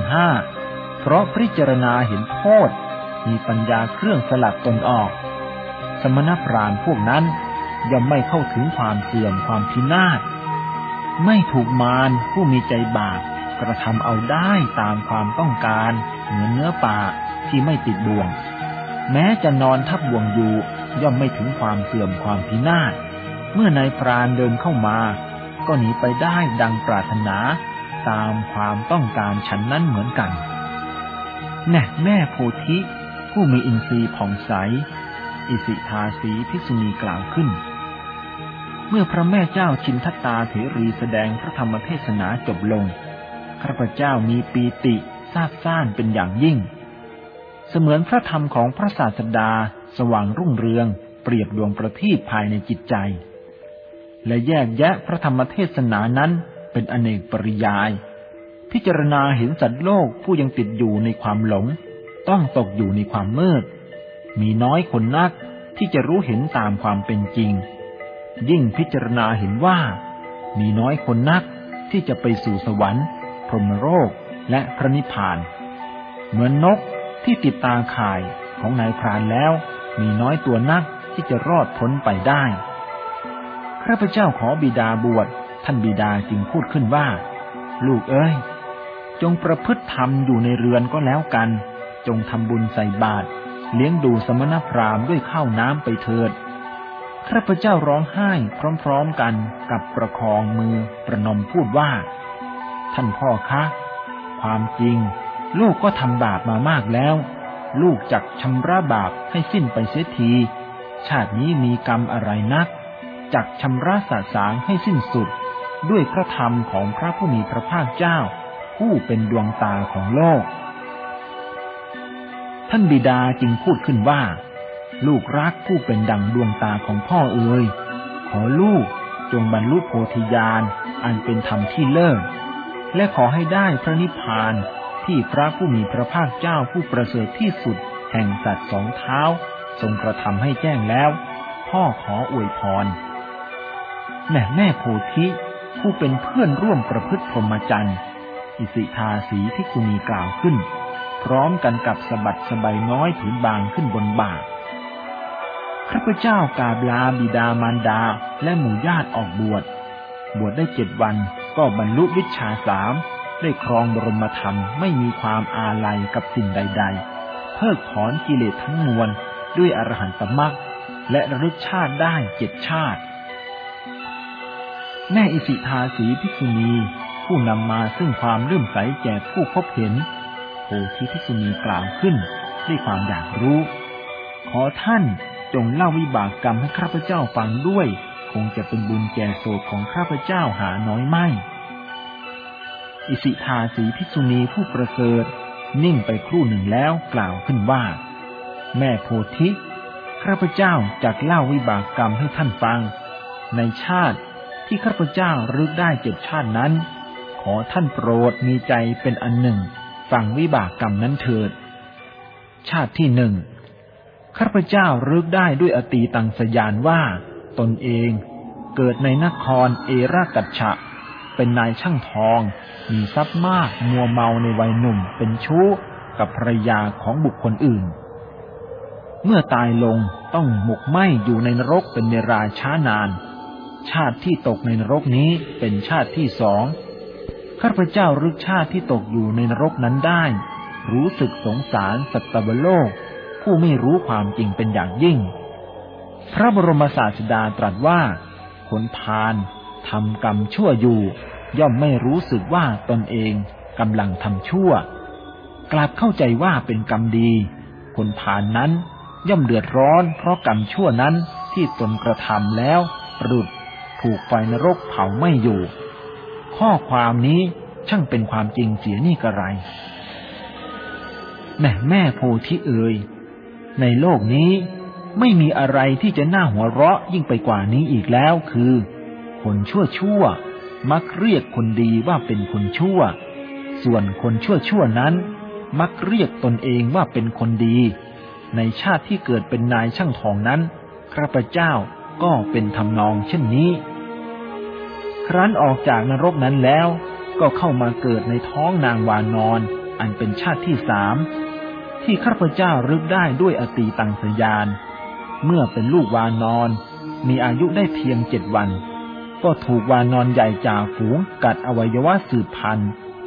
5เพราะพิจารณาเห็นโทษมีปัญญาเครื่องสลัดตนออกสมณพราหมณ์พวกนั้นย่อมไม่เข้าถึงความเสื่อมความพินาศไม่ถูกมารผู้มีใจบาปกระทำเอาได้ตามความต้องการเหมือนเนื้อป่าที่ไม่ติดบ่วงแม้จะนอนทับบ่วงอยู่ย่อมไม่ถึงความเสื่อมความพินาศเมื่อนายพรานเดินเข้ามาก็หนีไปได้ดังปรารถนาตามความต้องการฉันนั้นเหมือนกันแน่แม่โพธิผู้มีอินทรีย์ผ่องใสอิสิทาสีภิกษุณีกล่าวขึ้นเมื่อพระแม่เจ้าชินทัตตาเถรีแสดงพระธรรมเทศนาจบลงข้าพเจ้ามีปีติซาบซ่านเป็นอย่างยิ่งเสมือนพระธรรมของพระศาสดาสว่างรุ่งเรืองเปรียบดวงประทีปภายในจิตใจและแยกแยะพระธรรมเทศนานั้นเป็นอเนกปริยายพิจารณาเห็นสัตว์โลกผู้ยังติดอยู่ในความหลงต้องตกอยู่ในความมืดมีน้อยคนนักที่จะรู้เห็นตามความเป็นจริงยิ่งพิจารณาเห็นว่ามีน้อยคนนักที่จะไปสู่สวรรค์พรหมโลกและพระนิพพานเหมือนนกที่ติดตาข่ายของนายพรานแล้วมีน้อยตัวนักที่จะรอดพ้นไปได้ข้าพเจ้าขอบิดาบวชท่านบิดาจึงพูดขึ้นว่าลูกเอ้ยจงประพฤติธรรมอยู่ในเรือนก็แล้วกันจงทำบุญใส่บาตรเลี้ยงดูสมณพราหมณ์ด้วยข้าวน้ำไปเถิดข้าพเจ้าร้องไห้พร้อมๆกันกับประคองมือประนมพูดว่าท่านพ่อคะความจริงลูกก็ทำบาปมามากแล้วลูกจักชำระบาปให้สิ้นไปเสียทีชาตินี้มีกรรมอะไรนักจักชำระสาสางให้สิ้นสุดด้วยพระธรรมของพระผู้มีพระภาคเจ้าผู้เป็นดวงตาของโลกท่านบิดาจึงพูดขึ้นว่าลูกรักผู้เป็นดั่งดวงตาของพ่อเอ๋ยขอลูกจงบรรลุโพธิญาณอันเป็นธรรมที่เลิศและขอให้ได้พระนิพพานที่พระผู้มีพระภาคเจ้าผู้ประเสริฐที่สุดแห่งสัตว์สองเท้าทรงกระทำให้แจ้งแล้วพ่อขออวยพรแม่โพธิผู้เป็นเพื่อนร่วมประพฤติพรหมจรรย์อิสิทาสีภิกษุณีกล่าวขึ้นพร้อมกันกับสะบัดสบายน้อยผืนบางขึ้นบนบ่าข้าพเจ้ากราบลาบิดามารดาและหมู่ญาติออกบวชได้7 วันก็บรรลุวิชชา3ได้ครองบรมธรรมไม่มีความอาลัยกับสิ่งใดๆเพิกถอนกิเลสทั้งมวลด้วยอรหันตมรรคและระลึกชาติได้7 ชาติแม่อิสิทาสีภิกษุณีผู้นำมาซึ่งความเลื่อมใสแก่ผู้พบเห็นโพธิภิกษุณีกล่าวขึ้นด้วยความอยากรู้ขอท่านจงเล่าวิบากกรรมให้ข้าพเจ้าฟังด้วยคงจะเป็นบุญแก่โสตของข้าพเจ้าหาน้อยไม่อิสิทาสีภิกษุณีผู้ประเสริฐนิ่งไปครู่หนึ่งแล้วกล่าวขึ้นว่าแม่โพธิข้าพเจ้าจักเล่าวิบากกรรมให้ท่านฟังในชาติที่ข้าพเจ้ารึกได้7 ชาตินั้นขอท่านโปรดมีใจเป็นอันหนึ่งฟังวิบากกรรมนั้นเถิดชาติที่1ข้าพเจ้ารึกได้ด้วยอตีตังสยานว่าตนเองเกิดในนครเอรากัจฉะเป็นนายช่างทองมีทรัพย์มากมัวเมาในวัยหนุ่มเป็นชู้กับภรรยาของบุคคลอื่นเมื่อตายลงต้องหมกไหม้อยู่ในนรกเป็นเวลาช้านานชาติที่ตกในนรกนี้เป็นชาติที่2ข้าพเจ้ารึกชาติที่ตกอยู่ในนรกนั้นได้รู้สึกสงสารสัตวโลกผู้ไม่รู้ความจริงเป็นอย่างยิ่งพระบรมศาสดาตรัสว่าคนพาลทำกรรมชั่วอยู่ย่อมไม่รู้สึกว่าตนเองกำลังทำชั่วกลับเข้าใจว่าเป็นกรรมดีคนพาลนั้นย่อมเดือดร้อนเพราะกรรมชั่วนั้นที่ตนกระทำแล้วประดุจถูกไฟนรกเผาไม่อยู่ข้อความนี้ช่างเป็นความจริงเสียนี่กระไรแม่โพธิเอ๋ยในโลกนี้ไม่มีอะไรที่จะน่าหัวเราะยิ่งไปกว่านี้อีกแล้วคือคนชั่วมักเรียกคนดีว่าเป็นคนชั่วส่วนคนชั่วนั้นมักเรียกตนเองว่าเป็นคนดีในชาติที่เกิดเป็นนายช่างทองนั้นข้าพเจ้าก็เป็นทำนองเช่นนี้ครั้นออกจากนรกนั้นแล้วก็เข้ามาเกิดในท้องนางวานอนอันเป็นชาติที่3ที่ข้าพเจ้ารึกได้ด้วยอตีตังสยานเมื่อเป็นลูกวานอนมีอายุได้เพียง7 วันก็ถูกวานอนใหญ่จ่าฝูงกัดอวัยวะสืบพันธุ์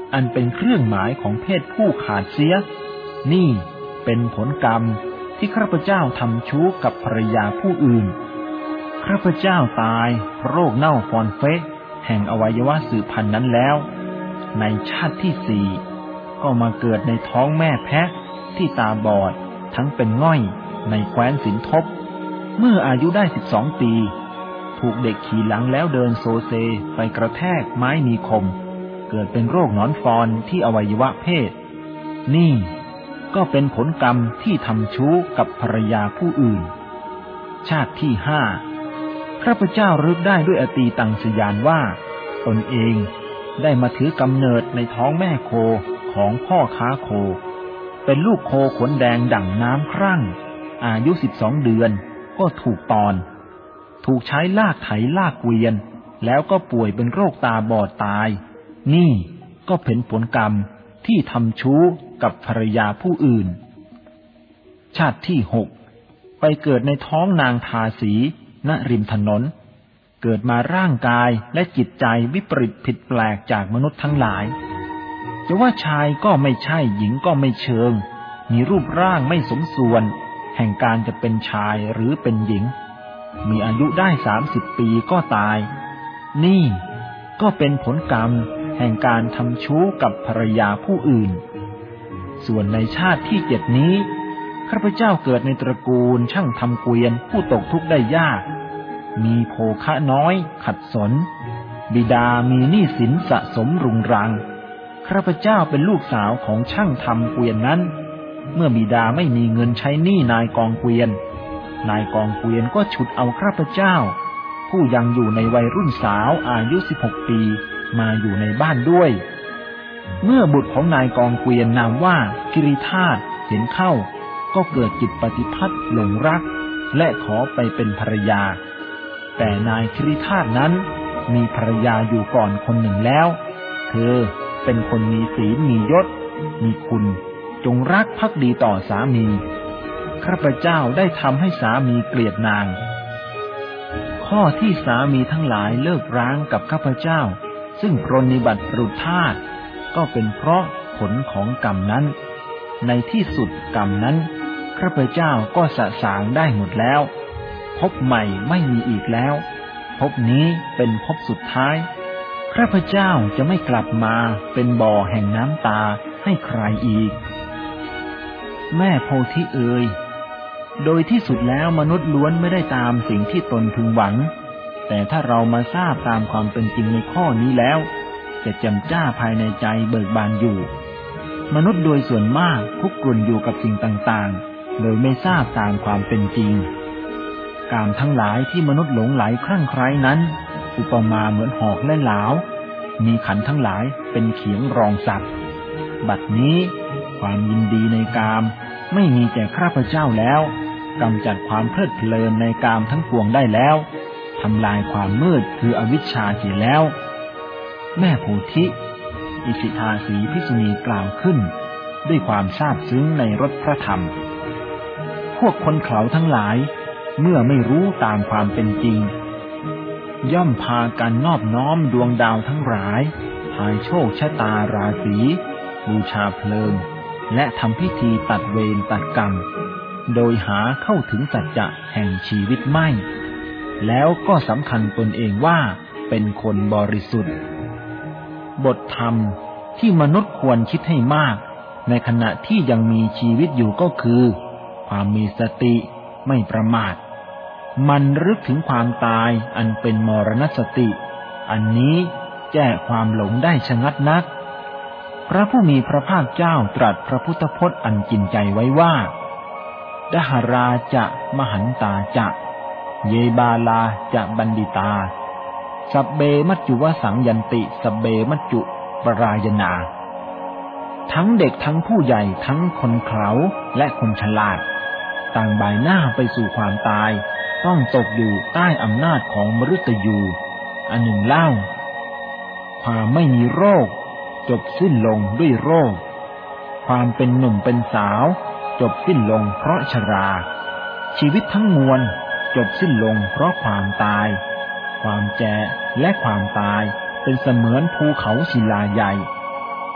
อันเป็นเครื่องหมายของเพศผู้ขาดเสียนี่เป็นผลกรรมที่ข้าพเจ้าทำชู้กับภรรยาผู้อื่นข้าพเจ้าตายโรคเน่าฟอนเฟะแห่งอวัยวะสืบพันธุ์นั้นแล้วในชาติที่สี่ก็มาเกิดในท้องแม่แพะที่ตาบอดทั้งเป็นง่อยในแคว้นสินทบเมื่ออายุได้12 ปีถูกเด็กขี่หลังแล้วเดินโซเซไปกระแทกไม้มีคมเกิดเป็นโรคหนอนฟอนที่อวัยวะเพศนี่ก็เป็นผลกรรมที่ทำชู้กับภรรยาผู้อื่นชาติที่ห้าข้าพเจ้ารึกได้ด้วยอตีตังสยานว่าตนเองได้มาถือกำเนิดในท้องแม่โคของพ่อค้าโคเป็นลูกโคขนแดงดั่งน้ำครั่งอายุ12 เดือนก็ถูกตอนถูกใช้ลากไถลากเกวียนแล้วก็ป่วยเป็นโรคตาบอดตายนี่ก็เป็นผลกรรมที่ทำชู้กับภรรยาผู้อื่นชาติที่หกไปเกิดในท้องนางทาสีณริมถนนเกิดมาร่างกายและจิตใจวิปริตผิดแปลกจากมนุษย์ทั้งหลายจะว่าชายก็ไม่ใช่หญิงก็ไม่เชิงมีรูปร่างไม่สมส่วนแห่งการจะเป็นชายหรือเป็นหญิงมีอายุได้30 ปีก็ตายนี่ก็เป็นผลกรรมแห่งการทำชู้กับภรรยาผู้อื่นส่วนในชาติที่7นี้ข้าพเจ้าเกิดในตระกูลช่างทำเกวียนผู้ตกทุกข์ได้ยากมีโภคะน้อยขัดสนบิดามีหนี้สินสะสมรุงรังข้าพเจ้าเป็นลูกสาวของช่างทำเกวียนนั้นเมื่อบิดาไม่มีเงินใช้หนี้นายกองเกวียนนายกองเกวียนก็ฉุดเอาข้าพเจ้าผู้ยังอยู่ในวัยรุ่นสาวอายุ16 ปีมาอยู่ในบ้านด้วยเมื่อบุตรของนายกองเกวียนนามว่ากิริธาตุเห็นเข้าก็เกิดจิตปฏิพัทธ์หลงรักและขอไปเป็นภรรยาแต่นายกิริธาตุนั้นมีภรรยาอยู่ก่อนคนหนึ่งแล้วเธอเป็นคนมีศีลมียศมีคุณจงรักภักดีต่อสามีข้าพเจ้าได้ทำให้สามีเกลียดนางข้อที่สามีทั้งหลายเลิกร้างกับข้าพเจ้าซึ่งปรนนิบัติปรุธาตุก็เป็นเพราะผลของกรรมนั้นในที่สุดกรรมนั้นข้าพเจ้าก็สะสางได้หมดแล้วภพใหม่ไม่มีอีกแล้วภพนี้เป็นภพสุดท้ายข้าพเจ้าจะไม่กลับมาเป็นบ่อแห่งน้ำตาให้ใครอีกแม่โพธิเอ๋ยโดยที่สุดแล้วมนุษย์ล้วนไม่ได้ตามสิ่งที่ตนพึงหวังแต่ถ้าเรามาทราบตามความเป็นจริงในข้อนี้แล้วจะแจ่มจ้าภายในใจเบิกบานอยู่มนุษย์โดยส่วนมากคุกรุ่นอยู่กับสิ่งต่างๆโดยไม่ทราบตามความเป็นจริงกามทั้งหลายที่มนุษย์หลงไหลคลั่งไคล้นั้นอุปมาเหมือนหอกและหลาวมีขันทั้งหลายเป็นเขียงรองสัตว์บัดนี้ความยินดีในกามไม่มีแก่ข้าพเจ้าแล้วกำจัดความเพลิดเพลินในกามทั้งปวงได้แล้วทำลายความมืดคืออวิชชาเสียแล้วแม่โพธิอิสิทาสีภิกษุณีกล่าวขึ้นด้วยความซาบซึ้งในรสพระธรรมพวกคนเขาทั้งหลายเมื่อไม่รู้ตามความเป็นจริงย่อมพากันนอบน้อมดวงดาวทั้งหลายทายโชคชะตาราศีบูชาเพลิงและทำพิธีตัดเวรตัดกรรมโดยหาเข้าถึงสัจจะแห่งชีวิตไม่แล้วก็สำคัญตนเองว่าเป็นคนบริสุทธิ์บทธรรมที่มนุษย์ควรคิดให้มากในขณะที่ยังมีชีวิตอยู่ก็คือความมีสติไม่ประมาทมันรึกถึงความตายอันเป็นมรณสติอันนี้แก้ความหลงได้ชะงัดนักพระผู้มีพระภาคเจ้าตรัสพระพุทธพจน์อันกินใจไว้ว่าดหราจะมหันตาจะเยบาลาจะบัณฑิตาสัพเบมัจจุวสังยันติสัพเบมัจจุปรายนาทั้งเด็กทั้งผู้ใหญ่ทั้งคนเขลาและคนฉลาดต่างบ่ายหน้าไปสู่ความตายต้องตกอยู่ใต้อำนาจของมฤตยูอันหนึ่งเล่าความไม่มีโรคจบสิ้นลงด้วยโรคความเป็นหนุ่มเป็นสาวจบสิ้นลงเพราะชราชีวิตทั้งมวลจบสิ้นลงเพราะความตายความแก่และความตายเป็นเสมือนภูเขาศิลาใหญ่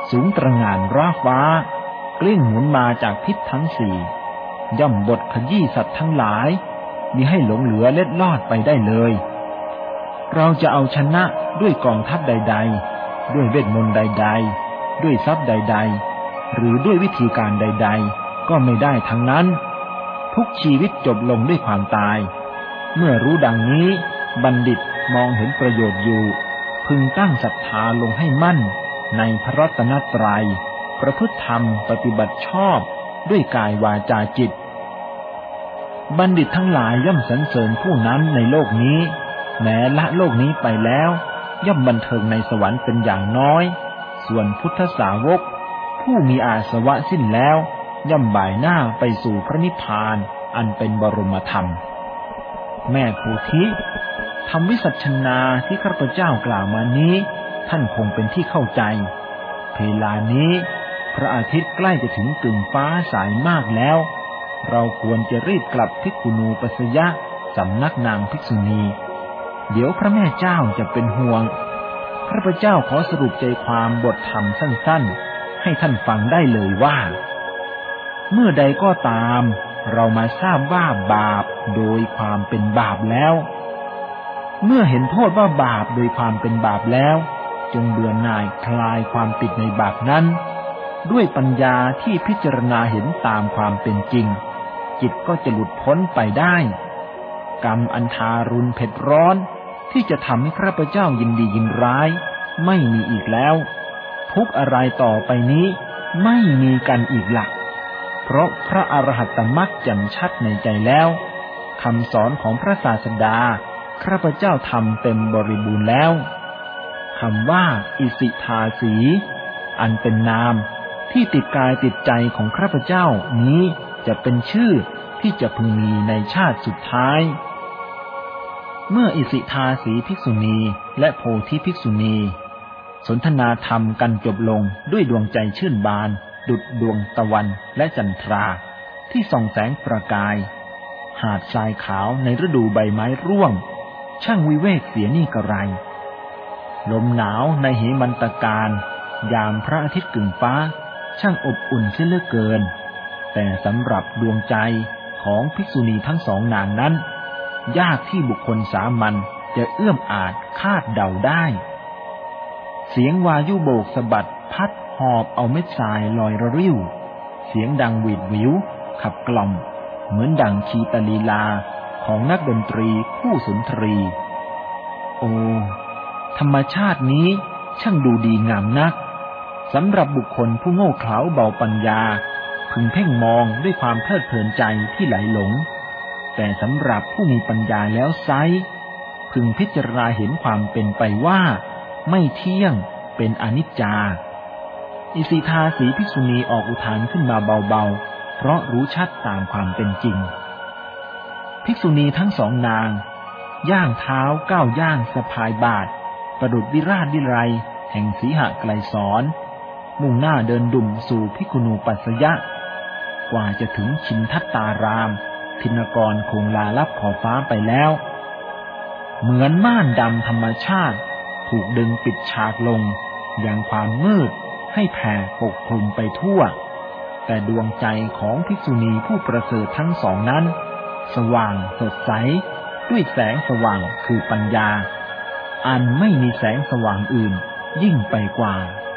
สูงตระหง่านร่าฟ้ากลิ้งหมุนมาจากทิศทั้งสี่ย่อมบดขยี้สัตว์ทั้งหลายมิให้หลงเหลือเล็ดลอดไปได้เลยเราจะเอาชนะด้วยกองทัพใดๆด้วยเวทมนต์ใดๆด้วยทรัพย์ใดๆหรือด้วยวิธีการใดๆก็ไม่ได้ทั้งนั้นทุกชีวิตจบลงด้วยความตายเมื่อรู้ดังนี้บัณฑิตมองเห็นประโยชน์อยู่พึงตั้งศรัทธาลงให้มั่นในพระรัตนตรัยประพฤติธรรมปฏิบัติชอบด้วยกายวาจาจิตบัณฑิตทั้งหลายย่อมสรรเสริญผู้นั้นในโลกนี้แม้ละโลกนี้ไปแล้วย่อมบันเทิงในสวรรค์เป็นอย่างน้อยส่วนพุทธสาวกผู้มีอาสวะสิ้นแล้วย่อมบ่ายหน้าไปสู่พระนิพพานอันเป็นบรมธรรมแม่โพธิธรรมวิสัชนาที่ข้าพเจ้ากล่าวมานี้ท่านคงเป็นที่เข้าใจเวลานี้พระอาทิตย์ใกล้จะถึงกึ่งฟ้าสายมากแล้วเราควรจะรีบกลับภิกขุนูปัสยะสำนักนางภิกษุณีเดี๋ยวพระแม่เจ้าจะเป็นห่วงข้าพเจ้าขอสรุปใจความบทธรรมสั้นๆให้ท่านฟังได้เลยว่าเมื่อใดก็ตามเรามาทราบว่าบาปโดยความเป็นบาปแล้วเมื่อเห็นโทษว่าบาปโดยความเป็นบาปแล้วจงเบื่อหน่ายคลายความติดในบาปนั้นด้วยปัญญาที่พิจารณาเห็นตามความเป็นจริงจิตก็จะหลุดพ้นไปได้กรรมอันทารุณเผ็ดร้อนที่จะทำให้ข้าพเจ้ายินดียินร้ายไม่มีอีกแล้วทุกอะไรต่อไปนี้ไม่มีกันอีกหลักเพราะพระอรหัตตมรรคแจ่มชัดในใจแล้วคำสอนของพระศาสดาข้าพเจ้าทำเต็มบริบูรณ์แล้วคำว่าอิสิทาสีอันเป็นนามที่ติดกายติดใจของข้าพเจ้านี้จะเป็นชื่อที่จะพึงมีในชาติสุดท้ายเมื่ออิสิทาสีภิกษุณีและโพธิภิกษุณีสนทนาธรรมกันจบลงด้วยดวงใจชื่นบานดุจดวงตะวันและจันทราที่ส่องแสงประกายหาดทรายขาวในฤดูใบไม้ร่วงช่างวิเวกเสียนี่กระไรลมหนาวในเหมันตการยามพระอาทิตย์กึ่งฟ้าช่างอบอุ่นเสียเหลือเกินแต่สำหรับดวงใจของภิกษุณีทั้งสองนางนั้นยากที่บุคคลสามัญจะเอื้อมอาจคาดเดาได้เสียงวายุโบกสะบัดพัดหอบเอาเม็ดทรายลอยระริ้วเสียงดังหวีดหวิวขับกล่อมเหมือนดังคีตลีลาของนักดนตรีผู้สุนทรีโอ้ธรรมชาตินี้ช่างดูดีงามนักสำหรับบุคคลผู้โง่เขลาเบาปัญญาพึงเพ่งมองด้วยความเพลิดเพลินใจที่ไหลหลงแต่สำหรับผู้มีปัญญาแล้วไซร้พึงพิจารณาเห็นความเป็นไปว่าไม่เที่ยงเป็นอนิจจาอิสิทาสีภิกษุณีออกอุทานขึ้นมาเบาๆเพราะรู้ชัดตามความเป็นจริงภิกษุณีทั้งสองนางย่างเท้าก้าวย่างสะพายบาทประดุจวิราชวิไรแห่งสีหไกลสอนมุ่งหน้าเดินดุ่มสู่ภิกขุนูปัสสยะกว่าจะถึงชินทัตตารามธินกรคงลาลับขอบฟ้าไปแล้วเหมือนม่านดำธรรมชาติถูกดึงปิดฉากลงอย่างความมืดให้แผ่ปกคลุมไปทั่วแต่ดวงใจของภิกษุณีผู้ประเสริฐทั้งสองนั้นสว่างสดใสด้วยแสงสว่างคือปัญญาอันไม่มีแสงสว่างอื่นยิ่งไปกว่า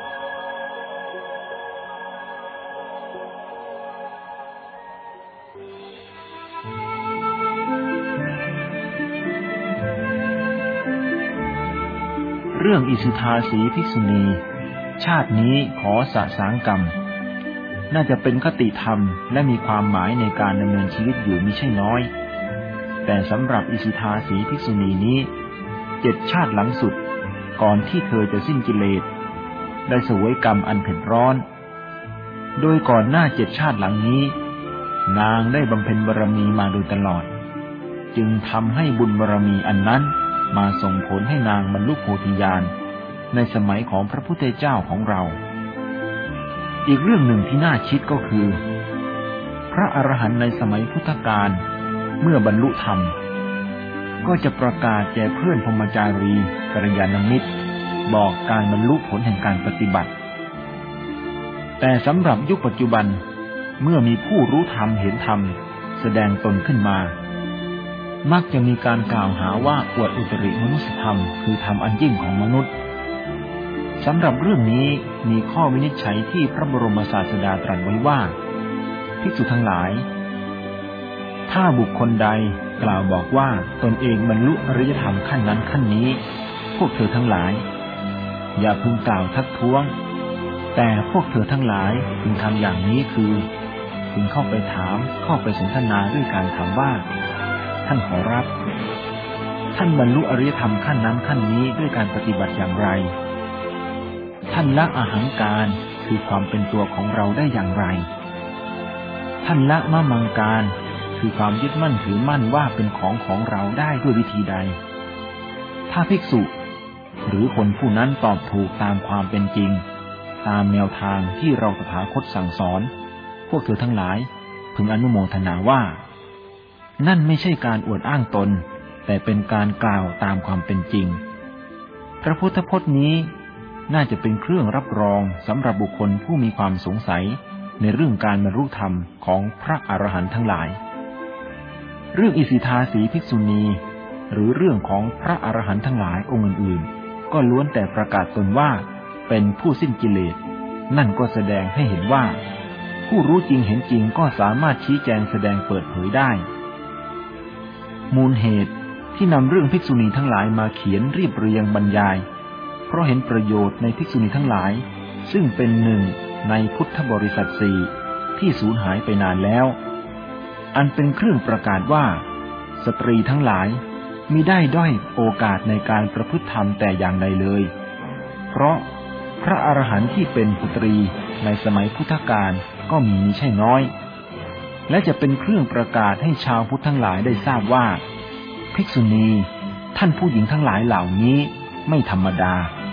เรื่องอิสิทาสีภิกษุณีชาตินี้ขอสะสางกรรมน่าจะเป็นคติธรรมและมีความหมายในการดำเนินชีวิตอยู่มิใช่น้อยแต่สำหรับอิสิทาสีภิกษุณีนี้7 ชาติหลังสุดก่อนที่เธอจะสิ้นกิเลสได้เสวยกรรมอันเผ็ดร้อนโดยก่อนหน้า7 ชาติหลังนี้นางได้บำเพ็ญบารมีมาโดยตลอดจึงทำให้บุญบารมีอันนั้นมาส่งผลให้นางบรรลุโพธิญาณในสมัยของพระพุทธเจ้าของเราอีกเรื่องหนึ่งที่น่าคิดก็คือพระอรหันต์ในสมัยพุทธกาลเมื่อบรรลุธรรมก็จะประกาศแก่เพื่อนพรหมจารีกัลยาณมิตรบอกการบรรลุผลแห่งการปฏิบัติแต่สำหรับยุคปัจจุบันเมื่อมีผู้รู้ธรรมเห็นธรรมแสดงตนขึ้นมามักจะมีการกล่าวหาว่าอวดอุตริมนุสธรรมคือธรรมอันยิ่งของมนุษย์สำหรับเรื่องนี้มีข้อวินิจฉัยที่พระบรมศาสดาตรัสไว้ว่าภิกษุทั้งหลายถ้าบุคคลใดกล่าวบอกว่าตนเองบรรลุอริยธรรมขั้นนั้นขั้นนี้พวกเธอทั้งหลายอย่าพึงกล่าวทักท้วงแต่พวกเธอทั้งหลายพึงทำอย่างนี้คือพึงเข้าไปถามเข้าไปสนทนาด้วยการถามว่าท่านขอรับท่านบรรลุอริยธรรมขั้นนั้นขั้นนี้ด้วยการปฏิบัติอย่างไรท่านละอหังการคือความเป็นตัวของเราได้อย่างไรท่านละมะมังการคือความยึดมั่นถือมั่นว่าเป็นของเราได้ด้วยวิธีใดถ้าภิกษุหรือคนผู้นั้นตอบถูกตามความเป็นจริงตามแนวทางที่เราตถาคตสั่งสอนพวกเธอทั้งหลายพึงอนุโมทนาว่านั่นไม่ใช่การอวดอ้างตนแต่เป็นการกล่าวตามความเป็นจริงพระพุทธพจน์นี้น่าจะเป็นเครื่องรับรองสำหรับบุคคลผู้มีความสงสัยในเรื่องการบรรลุธรรมของพระอรหันต์ทั้งหลายเรื่องอิสิทาสีภิกษุณีหรือเรื่องของพระอรหันต์ทั้งหลายองค์อื่นๆก็ล้วนแต่ประกาศตนว่าเป็นผู้สิ้นกิเลสนั่นก็แสดงให้เห็นว่าผู้รู้จริงเห็นจริงก็สามารถชี้แจงแสดงเปิดเผยได้มูลเหตุที่นำเรื่องภิกษุณีทั้งหลายมาเขียนเรียบเรียงบรรยายเพราะเห็นประโยชน์ในภิกษุณีทั้งหลายซึ่งเป็นหนึ่งในพุทธบริษัทสี่ที่สูญหายไปนานแล้วอันเป็นเครื่องประกาศว่าสตรีทั้งหลายมิได้ด้อยโอกาสในการประพฤติธรรมแต่อย่างใดเลยเพราะพระอรหันต์ที่เป็นสตรีในสมัยพุทธกาลก็มีมิใช่น้อยและจะเป็นเครื่องประกาศให้ชาวพุทธทั้งหลายได้ทราบว่าภิกษุณีท่านผู้หญิงทั้งหลายเหล่านี้ไม่ธรรมดา